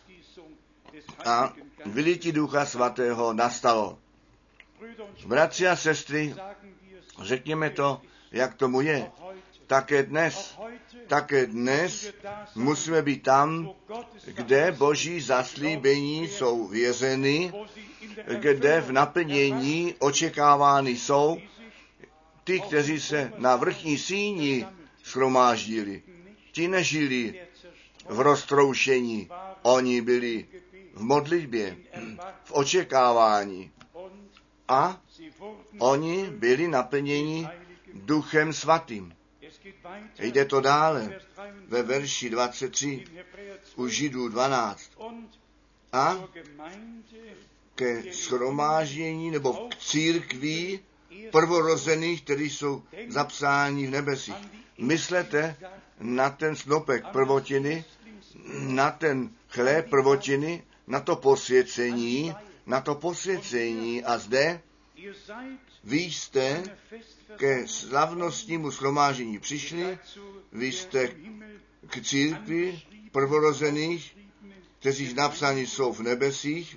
A vylití Ducha Svatého nastalo. Bratři a sestry, řekněme to, jak tomu je. Také dnes, také dnes musíme být tam, kde Boží zaslíbení jsou věřeny, kde v naplnění očekávány jsou ty, kteří se na vrchní síni shromáždili. Ti nežili v roztroušení, oni byli v modlitbě, v očekávání. A oni byli naplněni Duchem Svatým. Jde to dále ve verši dvacet tři u Židů dvanáct. A ke shromáždění nebo k církví prvorozených, kteří jsou zapsáni v nebesích. Myslete na ten snopek prvotiny, na ten chléb prvotiny, na to posvěcení, na to posvěcení a zde vy jste ke slavnostnímu shromáždění přišli, vy jste k církvi prvorozených, kteří napsáni jsou v nebesích,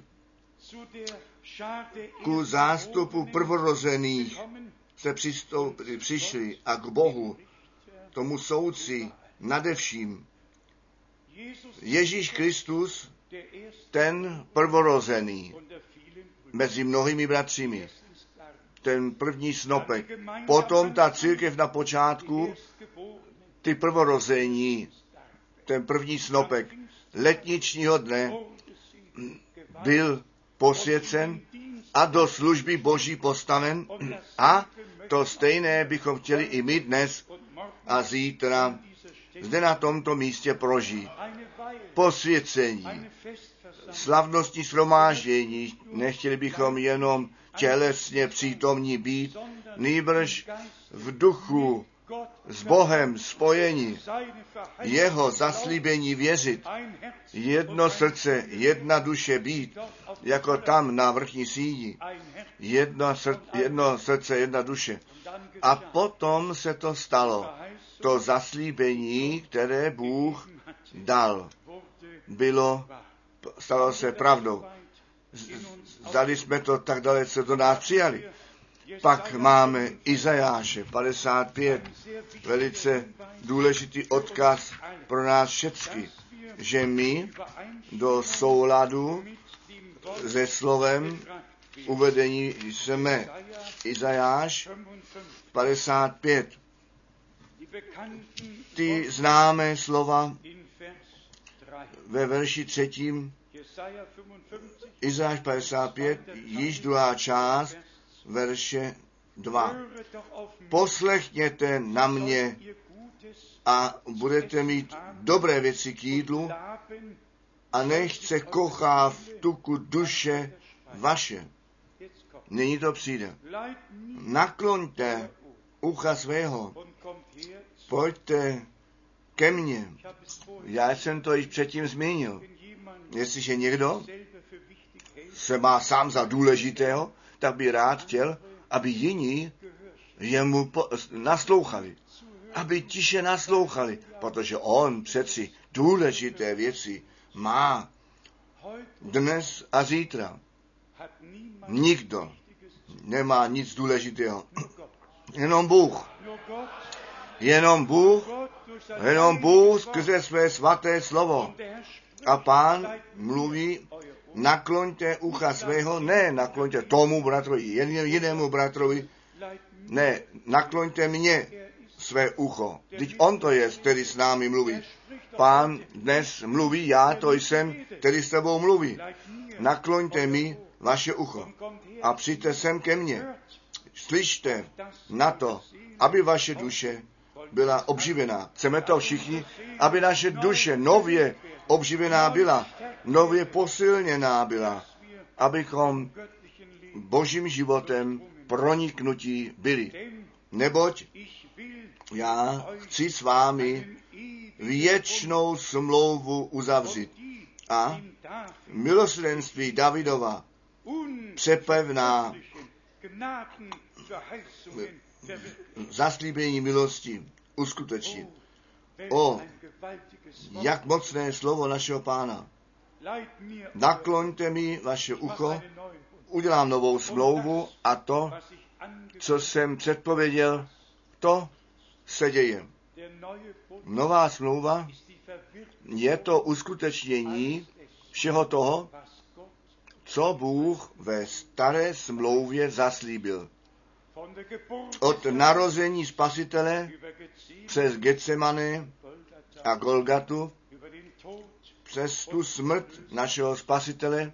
ku zástupu prvorozených se přistoupili, přišli a k Bohu, tomu soudci nadevším. Ježíš Kristus, ten prvorozený mezi mnohými bratřími, ten první snopek. Potom ta církev na počátku, ty prvorození, ten první snopek letničního dne byl posvěcen a do služby Boží postaven a to stejné bychom chtěli i my dnes a zítra zde na tomto místě prožít. Posvěcení, slavnostní shromáždění, nechtěli bychom jenom tělesně přítomní být, nýbrž v duchu s Bohem spojení, jeho zaslíbení věřit, jedno srdce, jedna duše být, jako tam na vrchní síni, jedno, srdce, jedno srdce, jedna duše. A potom se to stalo. To zaslíbení, které Bůh dal, bylo, stalo se pravdou. Zdali jsme to tak dalece do nás přijali. Pak máme Izajáše padesát pět, velice důležitý odkaz pro nás všechny, že my do souladu se slovem uvedení jsme. Izajáš padesát pět. Ty známé slova ve verši třetím, Izajáš padesát pět, již druhá část, verše dva. Poslechněte na mě a budete mít dobré věci k jídlu a nechce kochá v tuku duše vaše. Nyní to přijde. Nakloňte ucha svého, pojďte ke mně. Já jsem to již předtím zmínil. Jestliže někdo se má sám za důležitého, tak by rád chtěl, aby jiní jemu po, naslouchali. Aby tiše naslouchali, protože on přeci důležité věci má dnes a zítra. Nikdo nemá nic důležitého. Jenom Bůh. Jenom Bůh, jenom Bůh skrze své svaté slovo. A Pán mluví, nakloňte ucha svého, ne nakloňte tomu bratrovi, jinému bratrovi, ne, nakloňte mně své ucho. Vždyť on to je, který s námi mluví. Pán dnes mluví, já to jsem, který s tebou mluví. Nakloňte mi vaše ucho a přijďte sem ke mně. Slyšte na to, aby vaše duše byla obživená. Chceme to všichni, aby naše duše nově obživená byla, nově posilněná byla, abychom božím životem proniknutí byli. Neboť já chci s vámi věčnou smlouvu uzavřít a milosrdenství Davidova přepevná zaslíbení milosti uskutečnit. O, jak mocné slovo našeho Pána. Nakloňte mi vaše ucho, udělám novou smlouvu a to, co jsem předpověděl, to se děje. Nová smlouva je to uskutečnění všeho toho, co Bůh ve staré smlouvě zaslíbil. Od narození Spasitele přes Getsemane a Golgatu, přes tu smrt našeho Spasitele,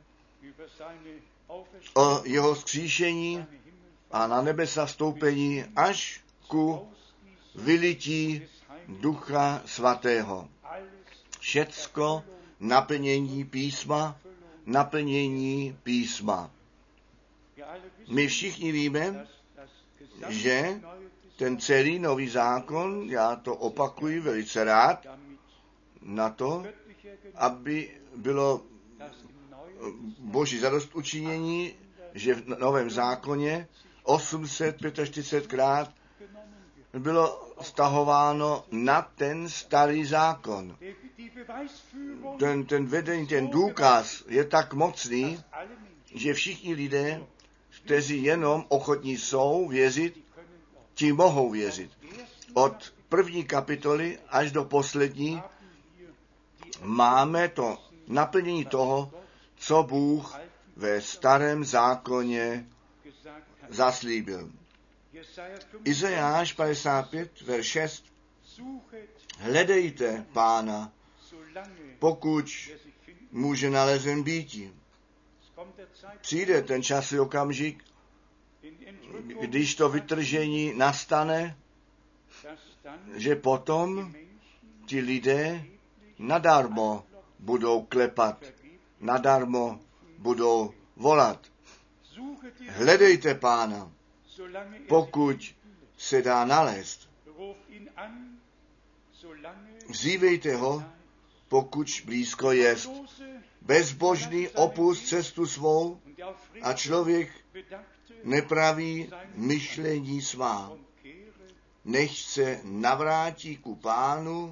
o jeho vzkříšení a na nebesa vstoupení až ku vylití Ducha Svatého. Všecko naplnění písma, naplnění písma. My všichni víme, že ten celý nový zákon, já to opakuji velice rád, na to, aby bylo boží zadostučinění, že v novém zákoně osm set čtyřicet pět krát bylo stahováno na ten starý zákon. Ten, ten vedení, ten důkaz je tak mocný, že všichni lidé, kteří jenom ochotní jsou věřit, ti mohou věřit. Od první kapitoly až do poslední máme to naplnění toho, co Bůh ve starém zákoně zaslíbil. Izajáš padesát pět, verš šest. Hledejte Pána, pokud může nalezen býti. Přijde ten časový okamžik, když to vytržení nastane, že potom ti lidé nadarmo budou klepat, nadarmo budou volat. Hledejte Pána, pokud se dá nalézt. Vzívejte ho, pokud blízko jest. Bezbožný opust cestu svou a člověk nepraví myšlení svá. Nechť se navrátí ku Pánu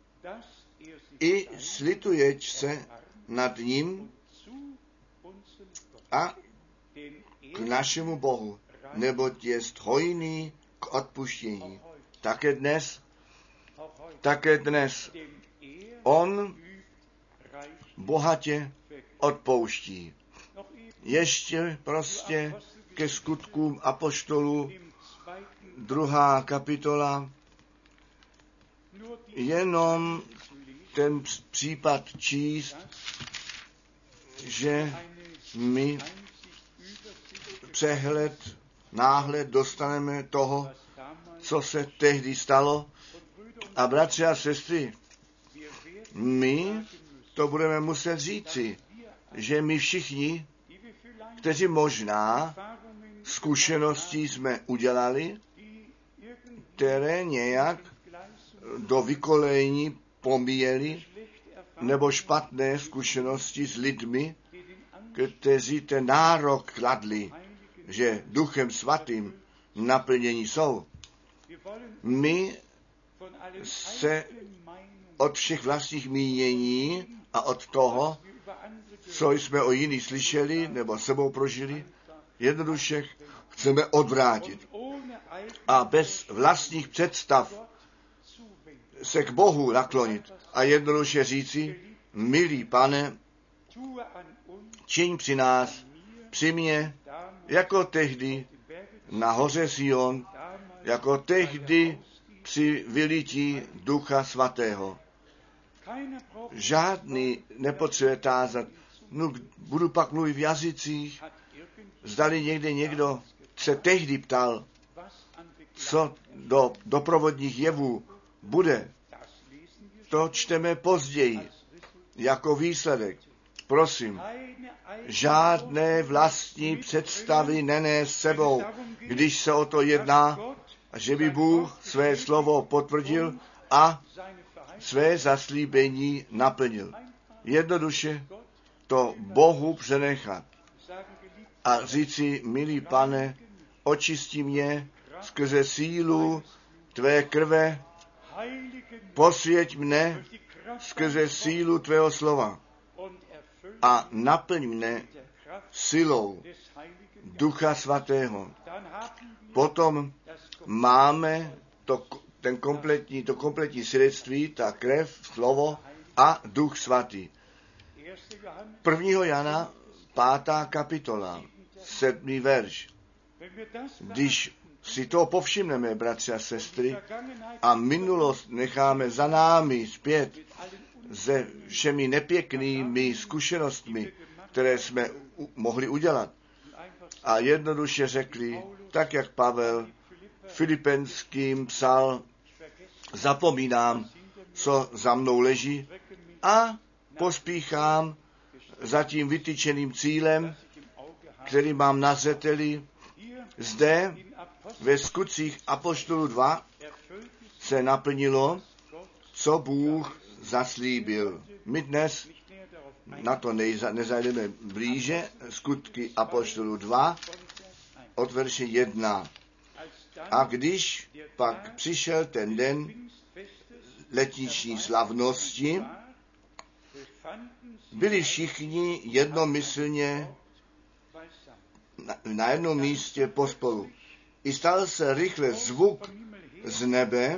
i slituječ se nad ním a k našemu Bohu, neboť je hojný k odpuštění. Také dnes, také dnes on bohatě odpouští. Ještě prostě ke skutkům apoštolů, druhá kapitola, jenom ten případ číst, že my přehled, náhled dostaneme toho, co se tehdy stalo. A bratři a sestry, my to budeme muset říci, že my všichni, kteří možná zkušenosti jsme udělali, které nějak do vykolejení pomíjeli, nebo špatné zkušenosti s lidmi, kteří ten nárok kladli, že Duchem Svatým naplnění jsou. My se od všech vlastních mínění a od toho, co jsme o jiných slyšeli nebo sebou prožili, jednoduše chceme odvrátit. A bez vlastních představ se k Bohu naklonit a jednoduše říci, milý Pane, čiň při nás, při mně, jako tehdy na hoře Sion, jako tehdy při vylití Ducha Svatého. Žádný nepotřebuje tázat, no, budu pak mluvit v jazycích, zdali někde někdo se tehdy ptal, co do doprovodních jevů bude. To čteme později, jako výsledek. Prosím, žádné vlastní představy nenés sebou, když se o to jedná, že by Bůh své slovo potvrdil a své zaslíbení naplnil. Jednoduše to Bohu přenechat a říci, milý Pane, očisti mě skrze sílu tvé krve, posvěť mne skrze sílu tvého slova a naplň mne silou Ducha Svatého. Potom máme to, ten kompletní, to kompletní svědectví, ta krev, slovo a Duch Svatý. prvního Jana, pátá kapitola, sedmý verš. Když si to povšimneme, bratři a sestry, a minulost necháme za námi zpět se všemi nepěknými zkušenostmi, které jsme u, mohli udělat, a jednoduše řekli, tak jak Pavel Filipenským psal, zapomínám, co za mnou leží, a pospíchám za tím vytyčeným cílem, který mám na zřeteli. Zde ve skutcích apoštolů dva se naplnilo, co Bůh zaslíbil. My dnes na to nezajdeme blíže. Skutky apoštolů dva od verše jedna. A když pak přišel ten den letniční slavnosti, byli všichni jednomyslně na, na jednom místě pospolu. I stal se rychle zvuk z nebe,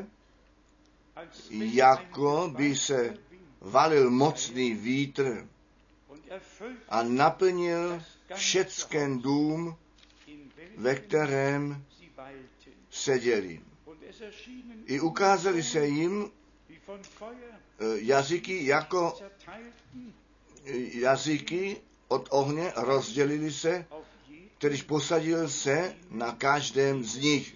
jako by se valil mocný vítr a naplnil všecken dům, ve kterém seděli. I ukázali se jim jazyky jako jazyky od ohně, rozdělili se, kterýž posadil se na každém z nich.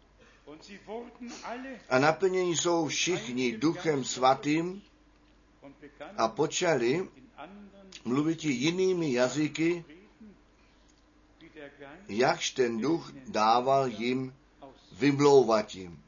A naplnění jsou všichni Duchem Svatým a počali mluvit jinými jazyky, jakž ten duch dával jim vymlouvat jim.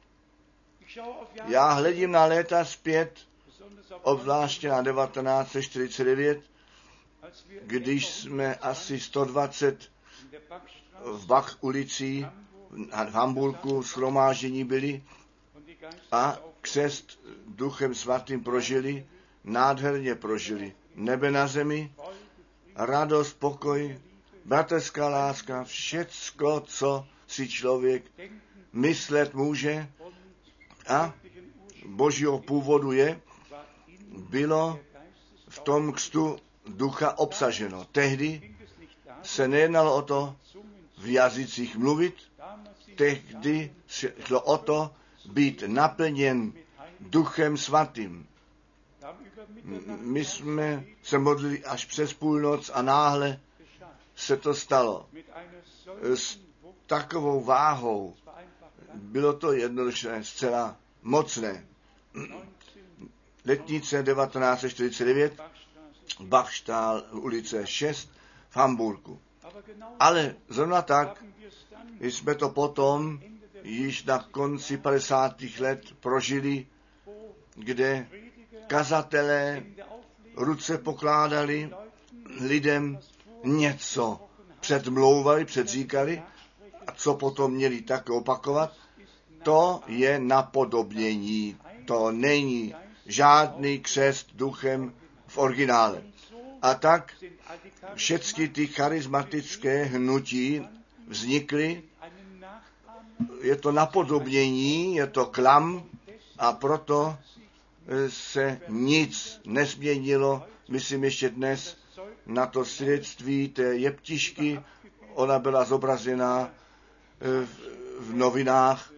Já hledím na léta zpět, obzvláště na devatenáct set čtyřicet devět, když jsme asi sto dvacet v Bach ulici v Hamburku shromáždění byli a křest Duchem Svatým prožili, nádherně prožili. Nebe na zemi, radost, pokoj, bratrská láska, všecko, co si člověk myslet může a božího původu je, bylo v tom křtu ducha obsaženo. Tehdy se nejednalo o to v jazycích mluvit, tehdy šlo o to být naplněn duchem svatým. My jsme se modlili až přes půlnoc a náhle se to stalo. S takovou váhou. Bylo to jednoduše zcela mocné. Letnice devatenáct set čtyřicet devět, Bachstál, ulice šest v Hamburgu. Ale zrovna tak jsme to potom již na konci padesátých let prožili, kde kazatelé ruce pokládali lidem, něco předmlouvali, předříkali a co potom měli také opakovat, to je napodobnění. To není žádný křest duchem v originále. A tak všechny ty charismatické hnutí vznikly, je to napodobnění, je to klam a proto se nic nezměnilo. Myslím ještě dnes na to svědectví té jeptišky, ona byla zobrazená v, v novinách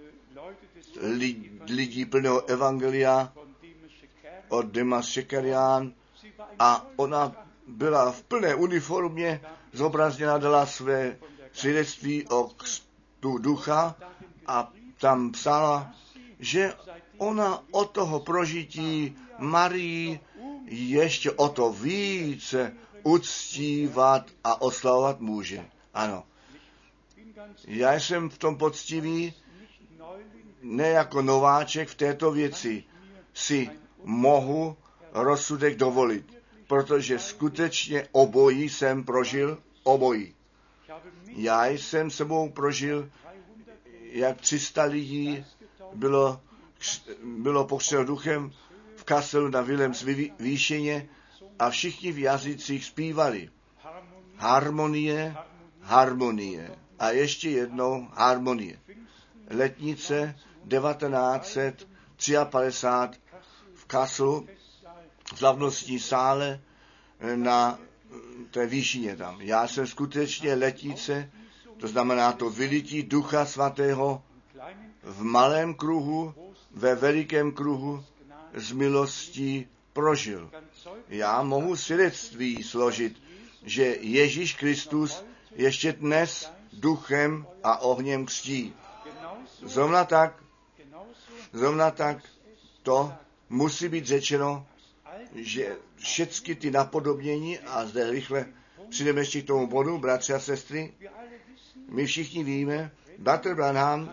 lidí plného evangelia od Demas Šekerián a ona byla v plné uniformě zobrazněna, dala své svědectví o křtu ducha a tam psala, že ona od toho prožití Marii ještě o to více uctívat a oslavovat může. Ano. Já jsem v tom poctivý, ne jako nováček v této věci si mohu rozsudek dovolit, protože skutečně obojí jsem prožil, obojí. Já jsem sebou prožil, jak tři sta lidí bylo, bylo pokřtěno duchem v Kasselu na Willems výšeně a všichni v jazycích zpívali. Harmonie, harmonie. A ještě jednou harmonie. Letnice devatenáct set padesát tři v Kasselu, v slavnostní sále na té výšině tam. Já jsem skutečně letnice, to znamená to vylití Ducha Svatého v malém kruhu, ve velikém kruhu z milostí prožil. Já mohu svědectví složit, že Ježíš Kristus ještě dnes duchem a ohněm křtí. Zrovna tak, zrovna tak to musí být řečeno, že všechny ty napodobnění, a zde rychle přijdeme ještě k tomu bodu, bratři a sestry, my všichni víme, bratr Branham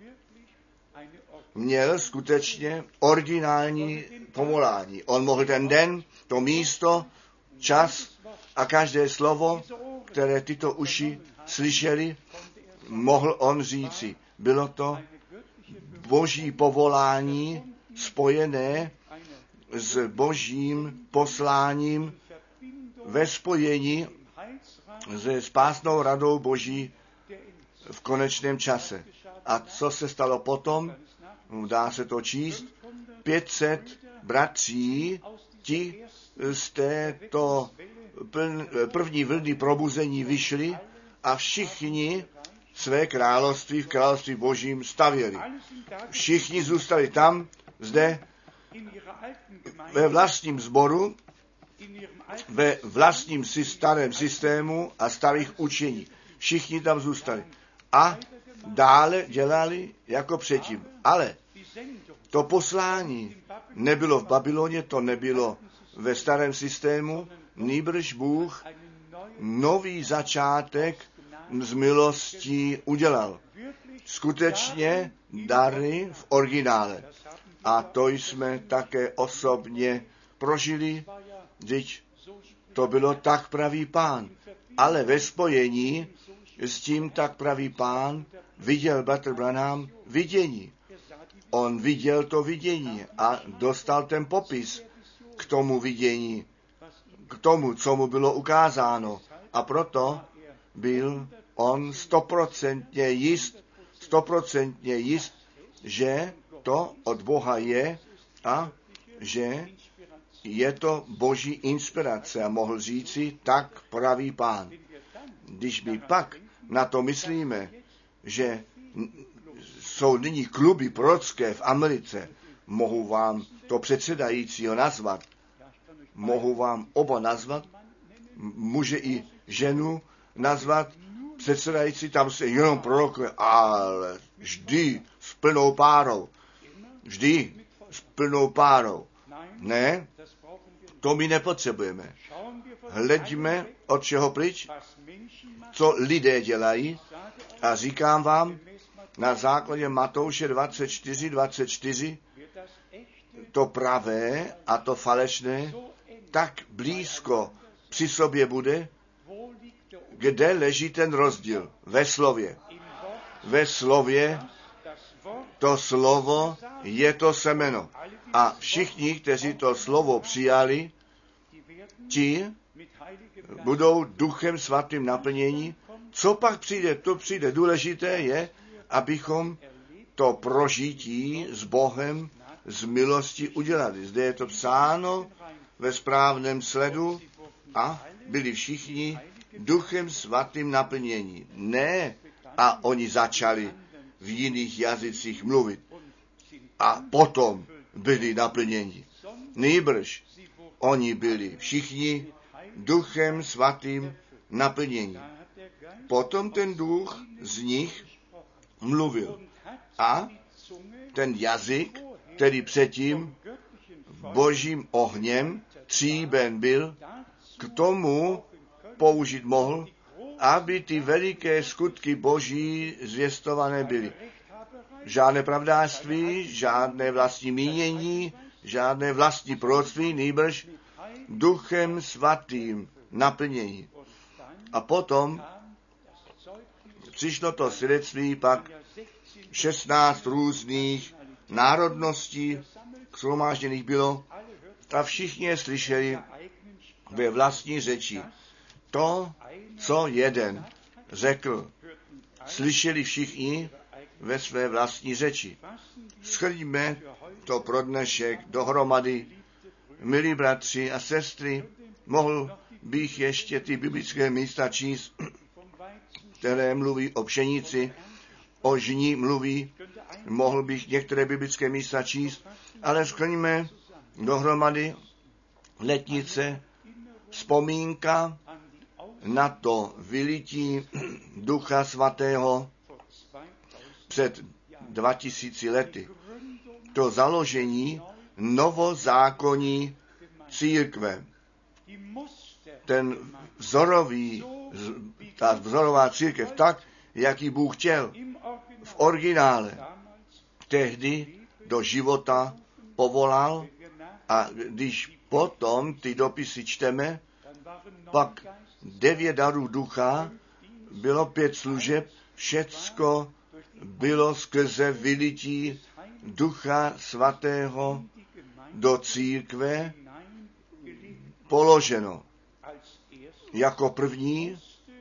měl skutečně originální povolání. On mohl ten den, to místo, čas a každé slovo, které tyto uši slyšeli, mohl on říci. Bylo to boží povolání spojené s božím posláním ve spojení se spásnou radou boží v konečném čase. A co se stalo potom? Dá se to číst. pět set bratří, ti z této první vlny probuzení vyšli a všichni své království v království božím stavěli. Všichni zůstali tam, zde ve vlastním sboru, ve vlastním starém systému a starých učení. Všichni tam zůstali. A dále dělali jako předtím. Ale to poslání nebylo v Babyloně, to nebylo ve starém systému, nýbrž Bůh nový začátek z milostí udělal. Skutečně dary v originále. A to jsme také osobně prožili, když to bylo tak pravý Pán. Ale ve spojení s tím tak pravý Pán viděl bratr Branham vidění. On viděl to vidění a dostal ten popis k tomu vidění, k tomu, co mu bylo ukázáno. A proto byl on stoprocentně jist, stoprocentně jist, že to od Boha je a že je to boží inspirace a mohl říci, tak praví Pán. Když my pak na to myslíme, že jsou nyní kluby prorocké v Americe, mohu vám to předsedajícího nazvat, mohu vám oba nazvat, muže i ženu nazvat, předsedající, tam se jenom prorokuje, ale vždy s plnou párou. Vždy s plnou párou. Ne, to my nepotřebujeme. Hleďme, od čeho pryč, co lidé dělají a říkám vám, na základě Matouše dvacet čtyři dvacet čtyři, to pravé a to falešné tak blízko při sobě bude, kde leží ten rozdíl? Ve slově. Ve slově to slovo je to semeno. A všichni, kteří to slovo přijali, ti budou duchem svatým naplnění. Co pak přijde? To přijde. Důležité je, abychom to prožití s Bohem z milosti udělali. Zde je to psáno ve správném sledu a byli všichni duchem svatým naplnění. Ne, a oni začali v jiných jazycích mluvit a potom byli naplněni. Nýbrž oni byli všichni duchem svatým naplnění. Potom ten duch z nich mluvil. A ten jazyk, který předtím božím ohněm tříben byl, k tomu použít mohl, aby ty veliké skutky boží zvěstované byly. Žádné pravdářství, žádné vlastní mínění, žádné vlastní proroctví, nýbrž duchem svatým naplnění. A potom přišlo to svědectví, pak šestnáct různých národností shromážděných bylo a všichni je slyšeli ve vlastní řeči. To, co jeden řekl, slyšeli všichni ve své vlastní řeči. Shrňme to pro dnešek dohromady. Milí bratři a sestry, mohl bych ještě ty biblické místa číst, které mluví o pšenici, o žni mluví, mohl bych některé biblické místa číst, ale shrňme dohromady letnice, vzpomínka na to vylití Ducha Svatého před dva tisíci lety. To založení novozákonní církve. Ten vzorový, ta vzorová církev tak, jak ji Bůh chtěl v originále, tehdy do života povolal a když potom ty dopisy čteme, pak devět darů ducha, bylo pět služeb, všecko bylo skrze vylití Ducha Svatého do církve položeno. Jako první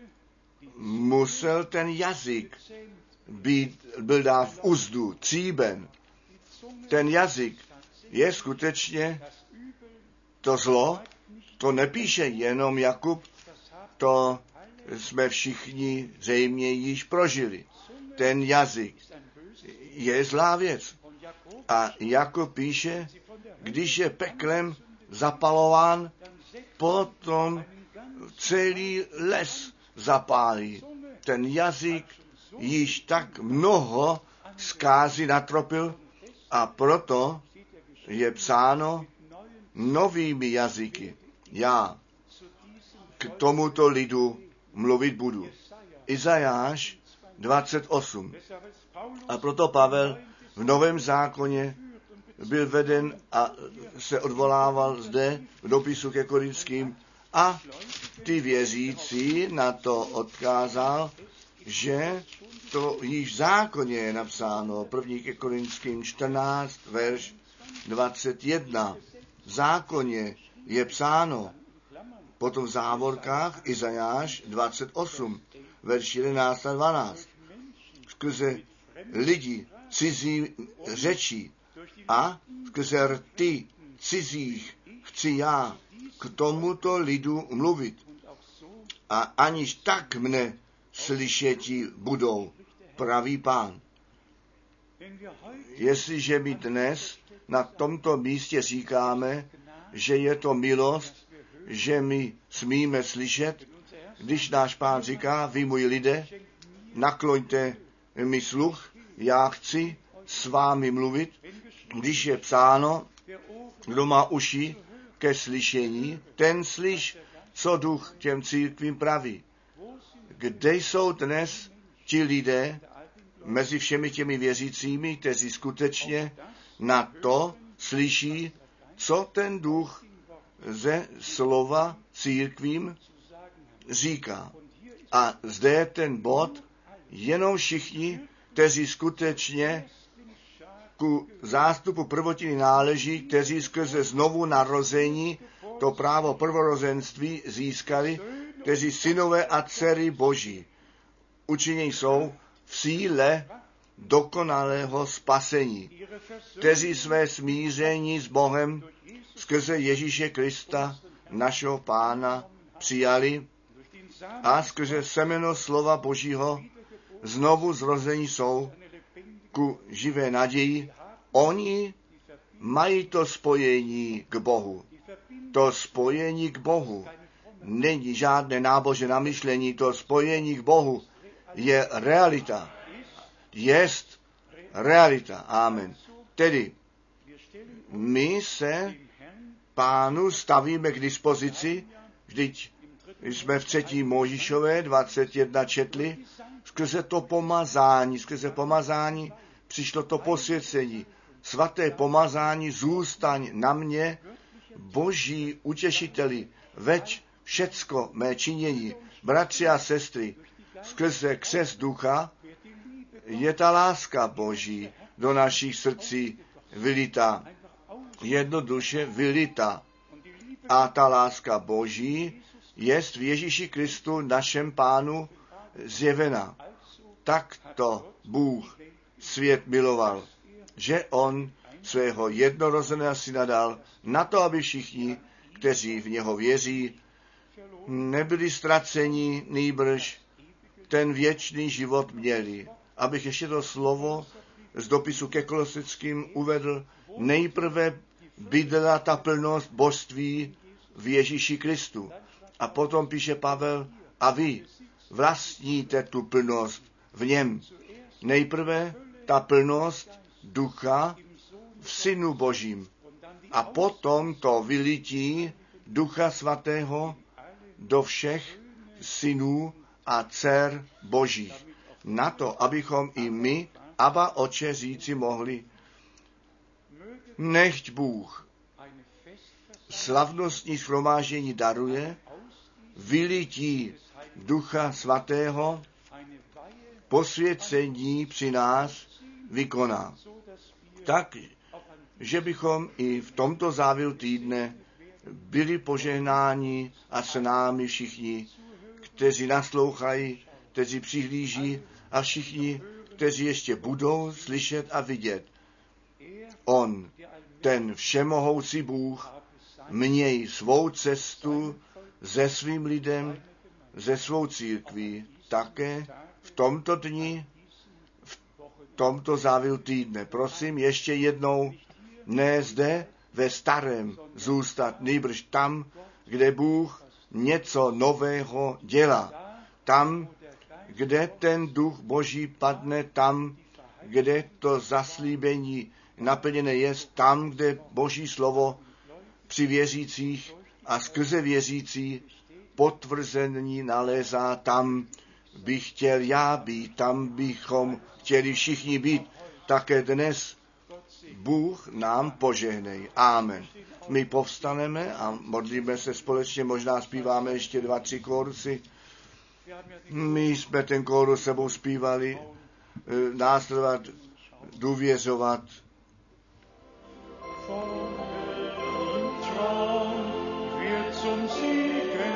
musel ten jazyk být, byl dát v uzdu, tříben. Ten jazyk je skutečně to zlo, to nepíše jenom Jakub, to jsme všichni zřejmě již prožili. Ten jazyk je zlá věc. A Jakub píše, když je peklem zapalován, potom celý les zapálí. Ten jazyk již tak mnoho zkázy natropil a proto je psáno novými jazyky. Já k tomuto lidu mluvit budu. Izajáš dvacet osm. A proto Pavel v Novém zákoně byl veden a se odvolával zde v dopisu ke Korinským a ty věřící na to odkázal, že to již v zákoně je napsáno, první ke Korinským čtrnáct, verš dvacet jedna. V zákoně je psáno Potom v závorkách Izajáš dvacet osm, verš jedenáct a dvanáct. Skrze lidi cizí řečí a skrze rty cizích chci já k tomuto lidu mluvit. A aniž tak mne slyšeti budou, pravý Pán. Jestliže my dnes na tomto místě říkáme, že je to milost, že my smíme slyšet, když náš Pán říká, vy můj lidé, nakloňte mi sluch, já chci s vámi mluvit, když je psáno, kdo má uši ke slyšení, ten slyš, co duch těm církvím praví. Kde jsou dnes ti lidé mezi všemi těmi věřícími, kteří skutečně na to slyší, co ten duch ze slova církvím říká. A zde je ten bod, jenom všichni, kteří skutečně ku zástupu prvotiny náleží, kteří skrze znovu narození to právo prvorozenství získali, kteří synové a dcery Boží učinění jsou v síle dokonalého spasení, kteří své smíření s Bohem skrze Ježíše Krista, našeho Pána, přijali a skrze semeno slova Božího znovu zrození jsou ku živé naději. Oni mají to spojení k Bohu. To spojení k Bohu není žádné náboženské namyšlení, to spojení k Bohu je realita. Jest realita. Amen. Tedy my se Pánu stavíme k dispozici, vždyť jsme v třetí Mojžíšové dvacet jedna četli, skrze to pomazání, skrze pomazání přišlo to posvěcení. Svaté pomazání, zůstaň na mě, Boží utěšiteli, veď všecko mé činění, bratři a sestry, skrze křest ducha je ta láska Boží do našich srdcí vylitá, jednoduše vylitá. A ta láska Boží jest v Ježíši Kristu, našem Pánu, zjevena. Tak to Bůh svět miloval, že on svého jednorozeného syna dal na to, aby všichni, kteří v něho věří, nebyli ztraceni, nýbrž ten věčný život měli. Abych ještě to slovo z dopisu ke Kolosickým uvedl, nejprve bydlela ta plnost božství v Ježíši Kristu. A potom píše Pavel, a vy vlastníte tu plnost v něm. Nejprve ta plnost ducha v Synu Božím. A potom to vylití Ducha Svatého do všech synů a dcer Božích. Na to, abychom i my, Abba Otče, říci mohli, nechť Bůh slavnostní shromáždění daruje, vylití Ducha Svatého, posvěcení při nás vykoná. Tak, že bychom i v tomto závěru týdne byli požehnáni a s námi všichni, kteří naslouchají, kteří přihlíží a všichni, kteří ještě budou slyšet a vidět. On, ten všemohoucí Bůh, měj svou cestu se svým lidem, se svou církví, také v tomto dni, v tomto závěru týdne. Prosím ještě jednou, ne zde ve starém zůstat, nýbrž tam, kde Bůh něco nového dělá. Tam, kde ten duch Boží padne, tam, kde to zaslíbení naplněné je, tam, kde Boží slovo při věřících a skrze věřící potvrzení nalézá, tam bych chtěl já být, tam bychom chtěli všichni být. Také dnes Bůh nám požehnej. Amen. My povstaneme a modlíme se společně, možná zpíváme ještě dva, tři kórusy. My jsme ten kórus sebou zpívali, následovat, důvěřovat. Zum Siegen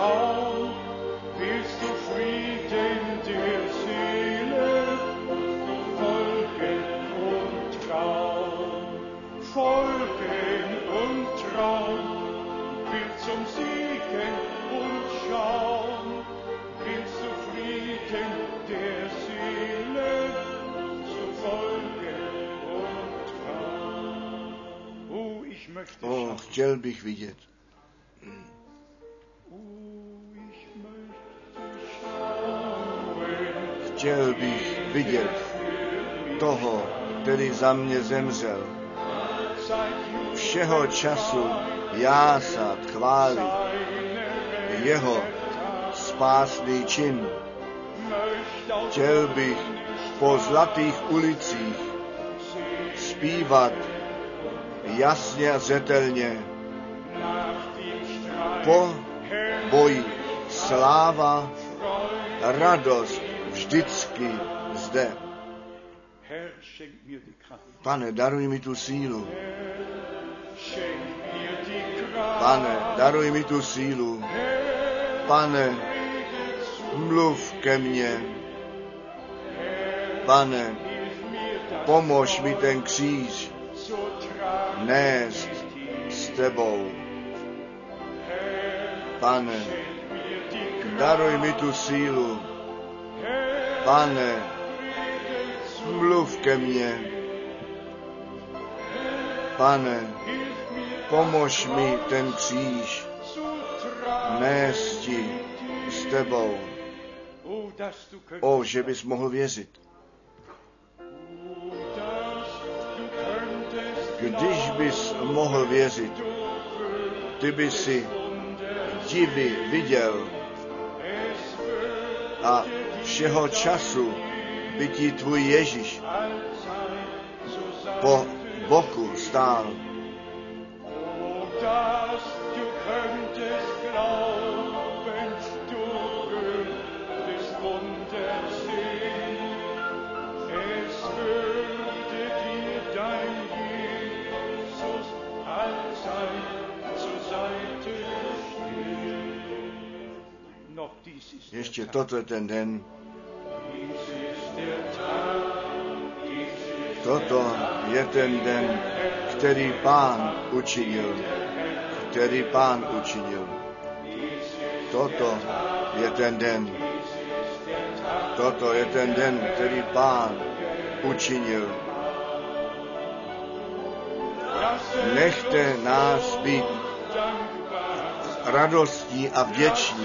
Traum, willst du Frieden der Seele, Folgen und Traum, Folgen und Traum, will zum Siegen und Schauen, willst du Frieden der Seele, so Folgen und Traum. Oh, ich möchte Oh, schauen. chtěl bych vidět. Chtěl bych vidět toho, který za mě zemřel. Všeho času jásat, chválit jeho spásný čin. Chtěl bych po zlatých ulicích zpívat jasně a zřetelně. Po boji sláva, radost vždycky zde. Pane, daruj mi tu sílu. Pane, daruj mi tu sílu. Pane, mluv ke mně. Pane, pomož mi ten kříž nést s tebou. Pane, daruj mi tu sílu. Pane, mluv ke mně. Pane, pomož mi ten kříž nésti s tebou. O, že bys mohl věřit. Když bys mohl věřit, ty by si divy viděl a všeho času by ti tvůj Ježíš po boku stál. Ještě toto je ten den. Toto je ten den, který Pán učinil. Který Pán učinil. Toto je ten den. Toto je ten den, který Pán učinil. Nechte nás být radostní a vděční.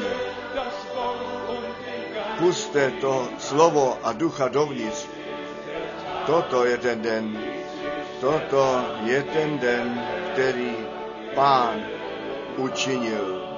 Puste to slovo a ducha dovnitř. Toto je ten den. Toto je ten den, který Pán učinil.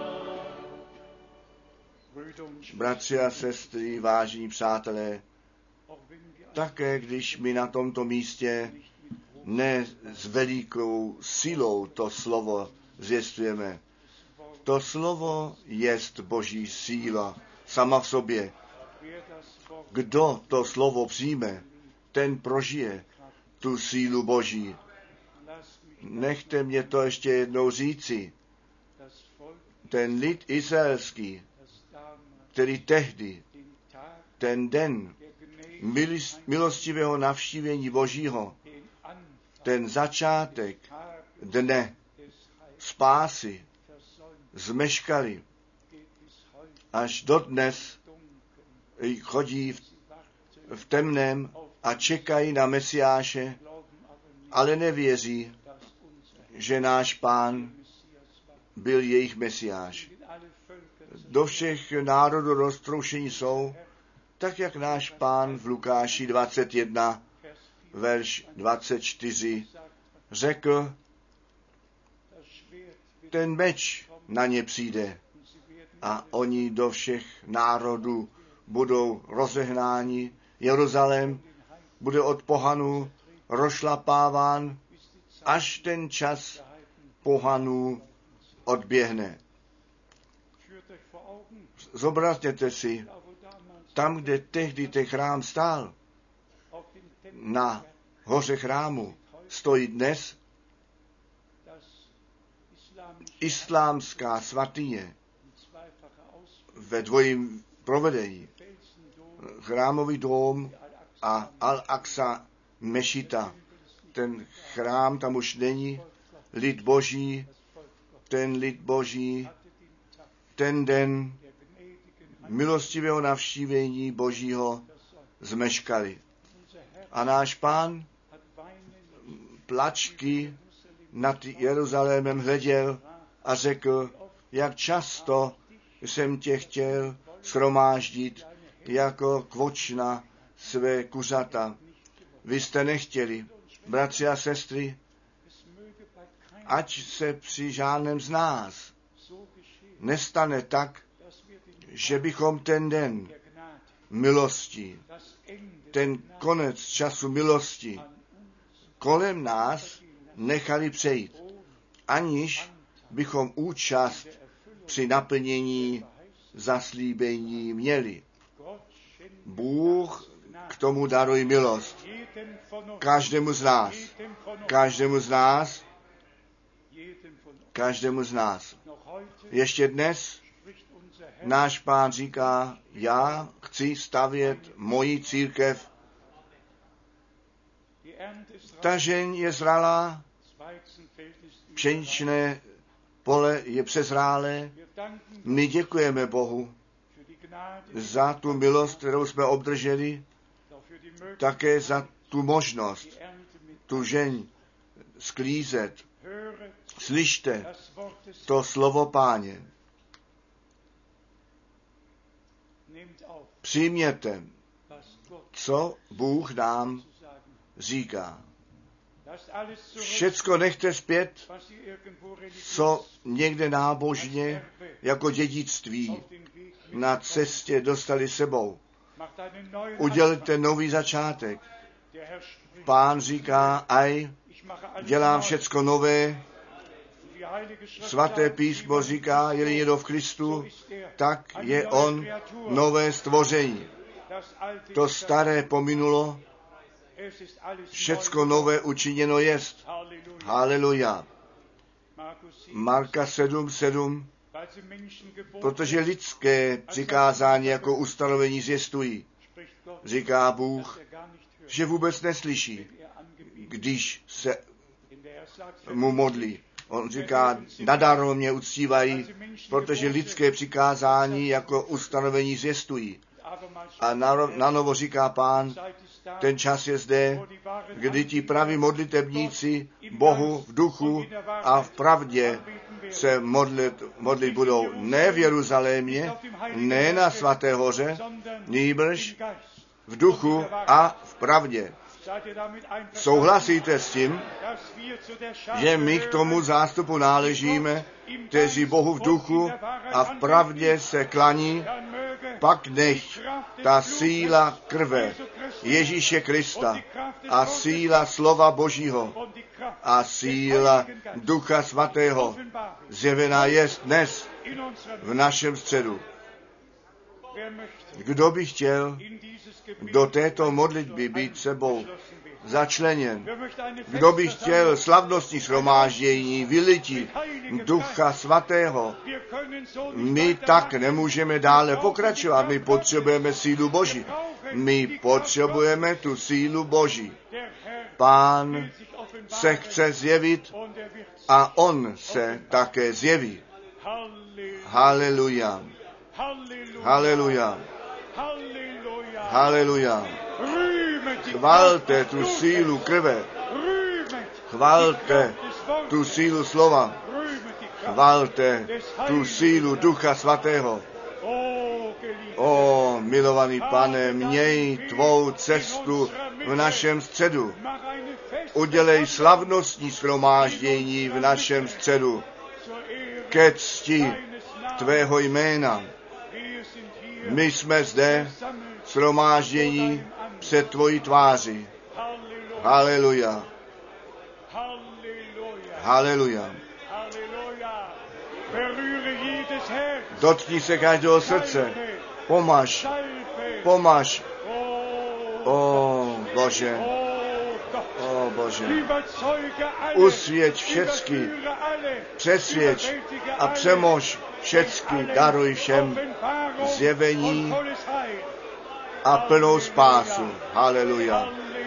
Bratři a sestry, vážení přátelé, také když my na tomto místě ne s velikou silou to slovo zvěstujeme. To slovo jest Boží síla sama v sobě. Kdo to slovo přijme, ten prožije tu sílu Boží. Nechte mě to ještě jednou říci. Ten lid izraelský, který tehdy, ten den milostivého navštívení Božího, ten začátek dne spásy zmeškali. Až dodnes chodí v, v temném a čekají na Mesiáše, ale nevěří, že náš Pán byl jejich Mesiáš. Do všech národů roztroušení jsou, tak jak náš Pán v Lukáši dvacet jedna, verš dvacet čtyři řekl, ten meč na ně přijde a oni do všech národů budou rozehnáni. Jeruzalém bude od pohanů rozšlapáván, až ten čas pohanů odběhne. Zobrazněte si, tam, kde tehdy ten chrám stál, na hoře chrámu, stojí dnes islámská svatyně ve dvojím provedení. Chrámový dóm a Al-Aqsa mešita. Ten chrám tam už není. Lid Boží, ten lid Boží, ten den milostivého navštívení Božího zmeškali. A náš Pán plačky nad Jeruzalémem hleděl a řekl, jak často jsem tě chtěl shromáždit jako kvočna své kuřata. Vy jste nechtěli, bratři a sestry, ať se při žádném z nás nestane tak, že bychom ten den milosti, ten konec času milosti kolem nás nechali přejít, aniž bychom účast při naplnění zaslíbení měli. Bůh k tomu daruje milost. Každému z nás. Každému z nás. Každému z nás. Ještě dnes náš Pán říká, já chci stavět moji církev. Ta žeň je zralá, pšeničné pole je přezrálé. My děkujeme Bohu za tu milost, kterou jsme obdrželi, také za tu možnost, tu žeň sklízet. Slyšte to slovo Páně. Přijměte, co Bůh nám říká. Všecko nechte zpět, co někde nábožně jako dědictví na cestě dostali sebou. Udělte nový začátek. Pán říká, aj, dělám všecko nové. Svaté písmo říká, je-li někdo v Kristu, tak je on nové stvoření. To staré pominulo, všecko nové učiněno jest. Haleluja. Marka sedm sedm, protože lidské přikázání jako ustanovení zjistují. Říká Bůh, že vůbec neslyší, když se mu modlí. On říká, nadarmo mě uctívají, protože lidské přikázání jako ustanovení zjistují. A na novo říká Pán, ten čas je zde, kdy ti praví modlitebníci Bohu v duchu a v pravdě se modlit, modlit budou. Ne v Jeruzalémě, ne na Svaté hoře, nýbrž v duchu a v pravdě. Souhlasíte s tím, že my k tomu zástupu náležíme, kteří Bohu v duchu a v pravdě se klaní? Pak nech ta síla krve Ježíše Krista a síla slova Božího a síla Ducha Svatého zjevená jest dnes v našem středu. Kdo by chtěl do této modlitby být sebou začleněn? Kdo by chtěl slavnostní shromáždění, vylití Ducha Svatého? My tak nemůžeme dále pokračovat. My potřebujeme sílu Boží. My potřebujeme tu sílu Boží. Pán se chce zjevit a on se také zjeví. Haleluja. Haleluja. Haleluja. Chvalte tu sílu krve. Chvalte tu sílu slova. Chvalte tu sílu Ducha Svatého. O, milovaný Pane, měj tvou cestu v našem středu. Udělej slavnostní shromáždění v našem středu ke cti tvého jména. My jsme zde shromáždění před tvojí tváří. Haleluja. Haleluja. Dotkni se každého srdce. Pomaž. Pomaž. O, Bože. O Bože, usvěť všecky, přesvědč a přemož všecky, daruj všem zjevení a plnou spásu. Haleluja.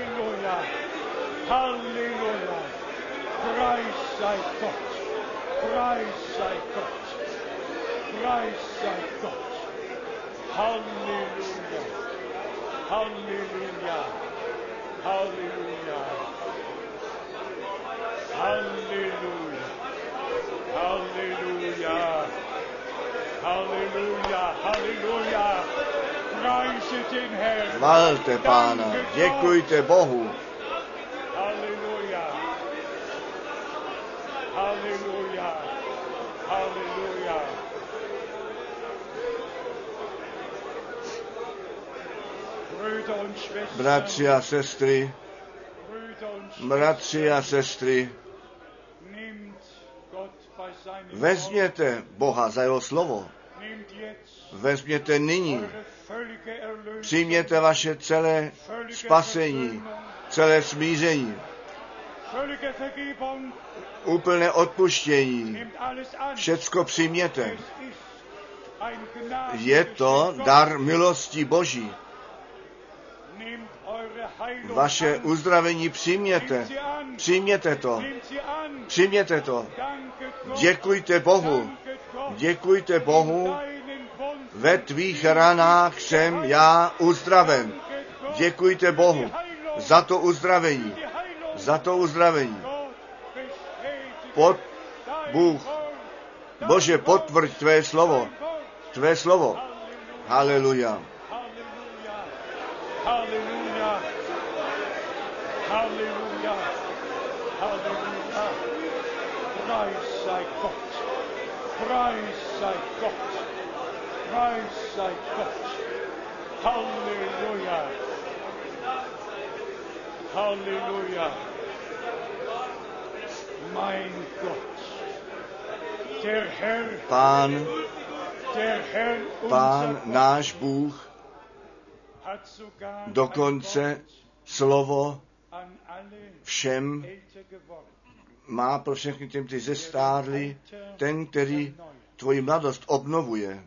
Halleluja. Preis sei Gott. Preis sei Gott. Preis sei Gott. Halleluja. Halleluja. Halleluja. Halleluja. Halleluja. Halleluja. Halleluja. Preise den Herrn. Chvalte Pána, děkujte Bohu. Halleluja. Halleluja. Halleluja. Brüder und Schwestern, Bratři a sestry, Brüder und Schwestern, bratři a sestry, nehmt Gott bei seinem vezměte Boha za jeho slovo. Wort, nehmt jetzt Vezměte nyní, eure völlige Erlösung, přijměte vaše celé völlige spasení, Versöhnung, celé smíření, völlige Vergebung, úplné odpuštění. nehmt alles an. Všecko přijměte. Es ist ein Gnadengeschenk Je to Gottes. dar milosti Boží. Nehmt eure Heilung Vaše an. uzdravení přijměte. Nehmt sie an. Přijměte to. Nehmt sie an. Přijměte to. Danke Gott. Děkujte Bohu. Danke Gott. Děkujte Bohu. Deinen Wunden. Ve tvých ranách jsem já uzdraven. Danke Gott. Děkujte Bohu za to uzdravení. Die Heilung. Za to uzdravení. Gott bestätigt Pod dein Bůh. Wort. Dein Bože, Wort. potvrď tvé slovo. Dein Wort. Tvé slovo. Halleluja. Haleluja. Halleluja. Halleluja. Halleluja. Halleluja. Preis sei Gott. Preis sei Gott. Preis sei Gott. Halleluja. Halleluja. Mein Gott. Der Herr, Pán, der Herr, Pán, unser Gott, náš Bůh, hat sogar ein dokonce Wort slovo an alle všem älter geworden. má pro všechny těm, kteří zestárli, ten, který tvoji mladost obnovuje.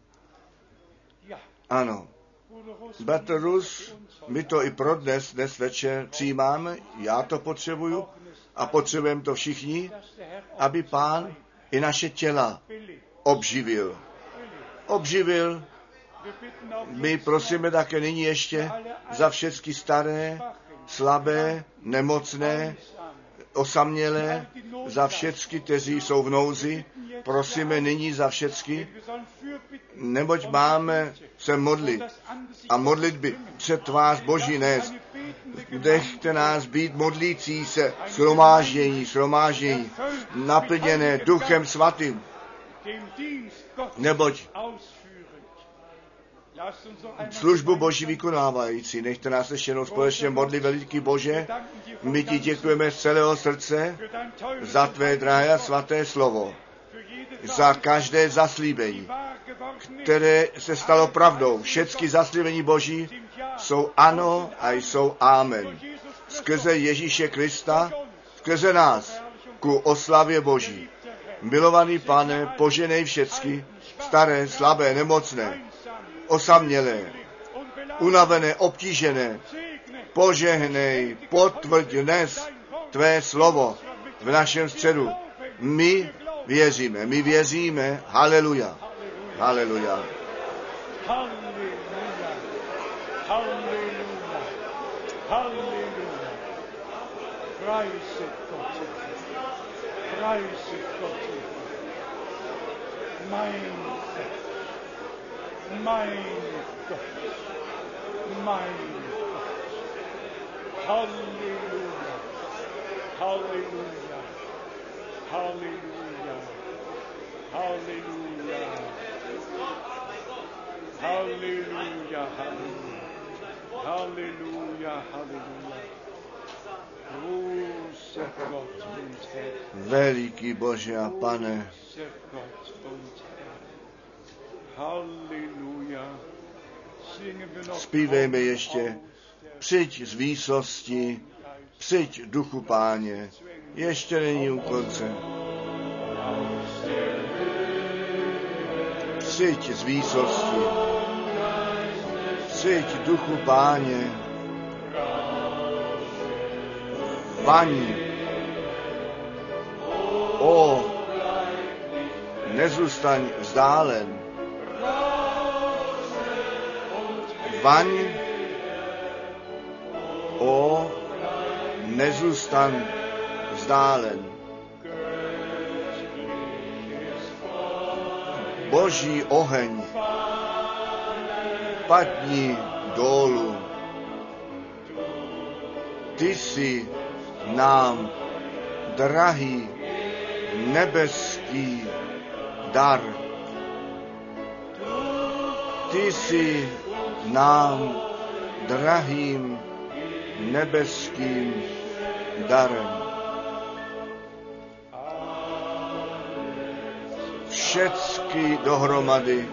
Ja, Ano, Bruder Russ, bratr Rus, my to i pro dnes, dnes večer přijímáme, já to potřebuju a potřebujeme to všichni, dass der Herr aby Pán i naše těla billig, obživil. billig. Obživil. Wir bitten auch My jetzt prosíme také nyní ještě za všechny staré, slabé, nemocné, einsam, osamělé, za všechny, kteří jsou v nouzi. Prosíme nyní za všechny, wir sollen fürbitten neboť máme se modlit das Angesicht a modlitby před tvář Boží nést. eine betende Nechte nás být modlící se, shromáždění, shromáždění, naplněné Duchem Svatým, dem Dienst Gottes neboť ausführend. Lasst uns noch einmal službu Boží vykonávající. Nechte nás ještě jednou společně modlit, veliký Bože. My ti děkujeme z celého srdce für dein teures za tvé drahé a svaté slovo, für jede za každé zaslíbení, wahr geworden ist. které se stalo pravdou. Všechny zaslíbení Boží jsou ano a jsou amen. Skrze Ježíše Krista, skrze nás, ku oslavě Boží. Milovaný Pane, poženej všecky, staré, slabé, nemocné, osamělé, unavené, obtížené, požehnej, potvrď dnes tvé slovo v našem středu. My věříme, my věříme, haleluja, haleluja. Halleluja. Halleluja. Halleluja. Preise Gott. Preise Gott. Mein Gott. Mein Gott. Mein Gott. Halleluja. Halleluja. Halleluja. Halleluja. Halleluja, Halleluja, Halleluja, Halleluja. Großer Gott und Herr, Veliký Bože a Pane, großer Gott und Herr. Halleluja. Singen wir noch zpívejme Augen ještě, aus der přijď z výsosti, Přijď, duchu Páně, ještě není u konce. Přijď z výsosti. Přijď, duchu Páně. Vaň. O, nezůstaň vzdálen. Vaň. O, nezůstaň vzdálen. Boží oheň, padni dolů. Ty jsi nám drahý nebeský dar. Ty jsi nám drahým nebeským darem. Všecky dohromady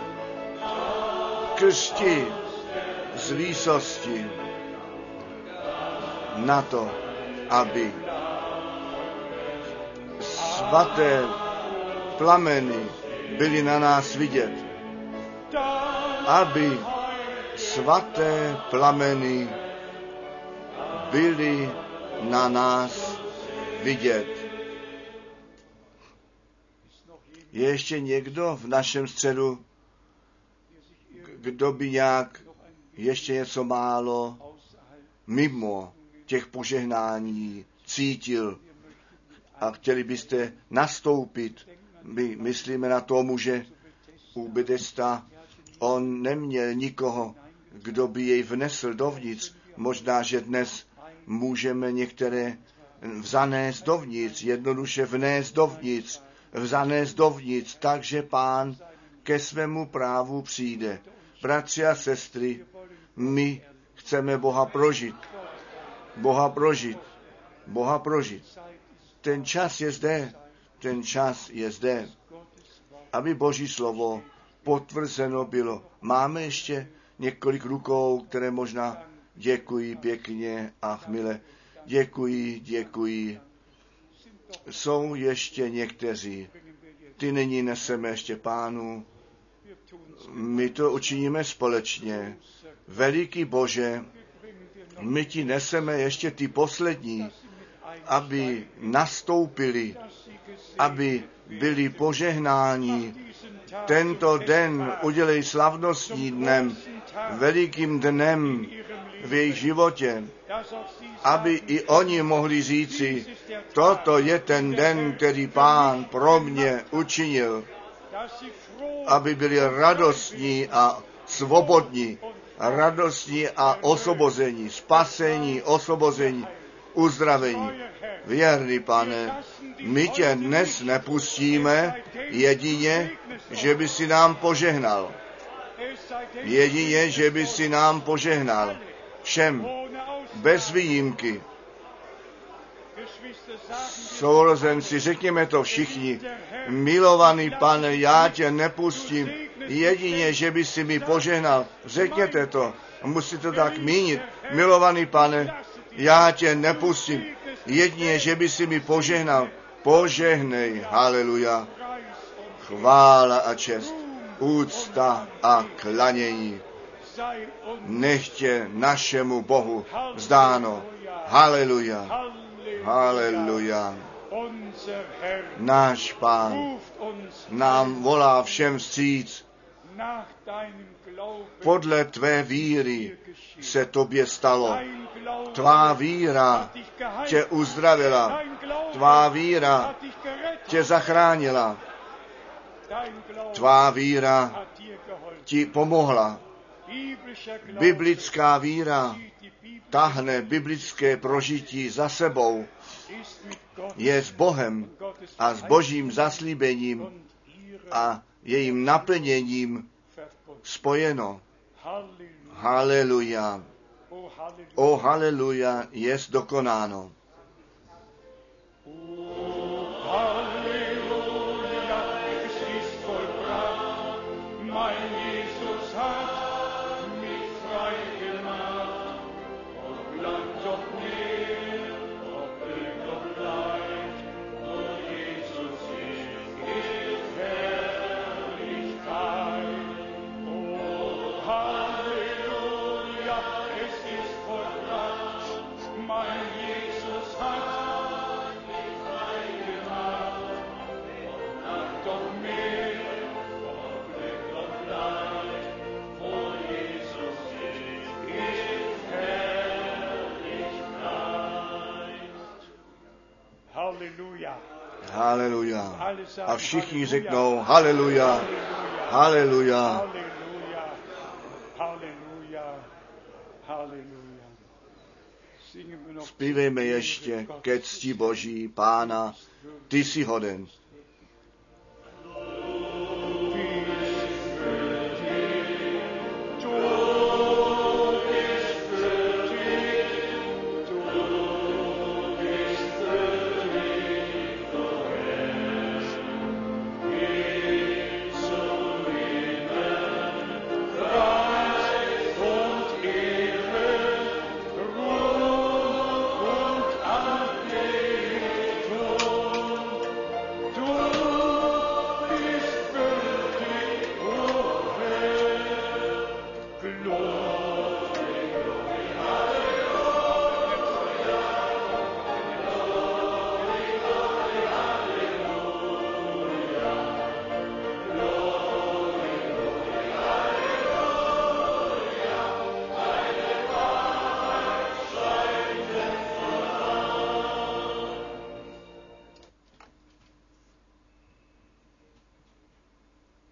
křti z výsosti na to, aby svaté plameny byly na nás vidět. Aby svaté plameny byly na nás vidět. Je ještě někdo v našem středu, kdo by nějak ještě něco málo mimo těch požehnání cítil a chtěli byste nastoupit? My myslíme na tomu, že u Bedesta on neměl nikoho, kdo by jej vnesl dovnitř. Možná, že dnes můžeme některé vzanést dovnitř, jednoduše vnést dovnitř, vzanést dovnitř, takže Pán ke svému právu přijde. Bratři a sestry, my chceme Boha prožít. Boha prožít. Boha prožít. Ten čas je zde. Ten čas je zde. Aby Boží slovo potvrzeno bylo. Máme ještě několik rukou, které možná děkují pěkně a chmile. Děkuji, děkuji. Jsou ještě někteří. Ty nyní neseme ještě Pánu. My to učiníme společně. Veliký Bože, my ti neseme ještě ty poslední, aby nastoupili, aby byli požehnáni. Tento den udělej slavnostní dnem, velikým dnem v jejich životě, aby i oni mohli říci, toto je ten den, který Pán pro mě učinil, aby byli radostní a svobodní, radostní a osvobození, spasení, osvobození, uzdravení. Věrný Pane, my tě dnes nepustíme jedině, že by si nám požehnal. Jedině, že by si nám požehnal. Všem, bez výjimky. Sourozenci, řekněme to všichni. Milovaný Pane, já tě nepustím jedině, že by si mi požehnal. Řekněte to. Musíte tak mínit. Milovaný Pane, já tě nepustím jedině, že by si mi požehnal. Požehnej. Haleluja. Chvála a čest. Úcta a klanění. Nechtě našemu Bohu vzdáno. Haleluja. Haleluja. Náš Pán nám volá všem vstříc. Podle tvé víry se tobě stalo. Tvá víra tě uzdravila. Tvá víra tě zachránila. Tvá víra ti pomohla. Biblická víra tahne biblické prožití za sebou. Je s Bohem a s Božím zaslíbením a jejím naplněním spojeno. Haleluja. O haleluja, jest dokonáno. Halleluja. Haleluja. Alle sagen A všichni Halleluja. řeknou haleluja, haleluja. Halleluja. Halleluja. Halleluja. Singen wir noch Zpívejme ještě ke cti Boží, Pána, ty jsi hoden.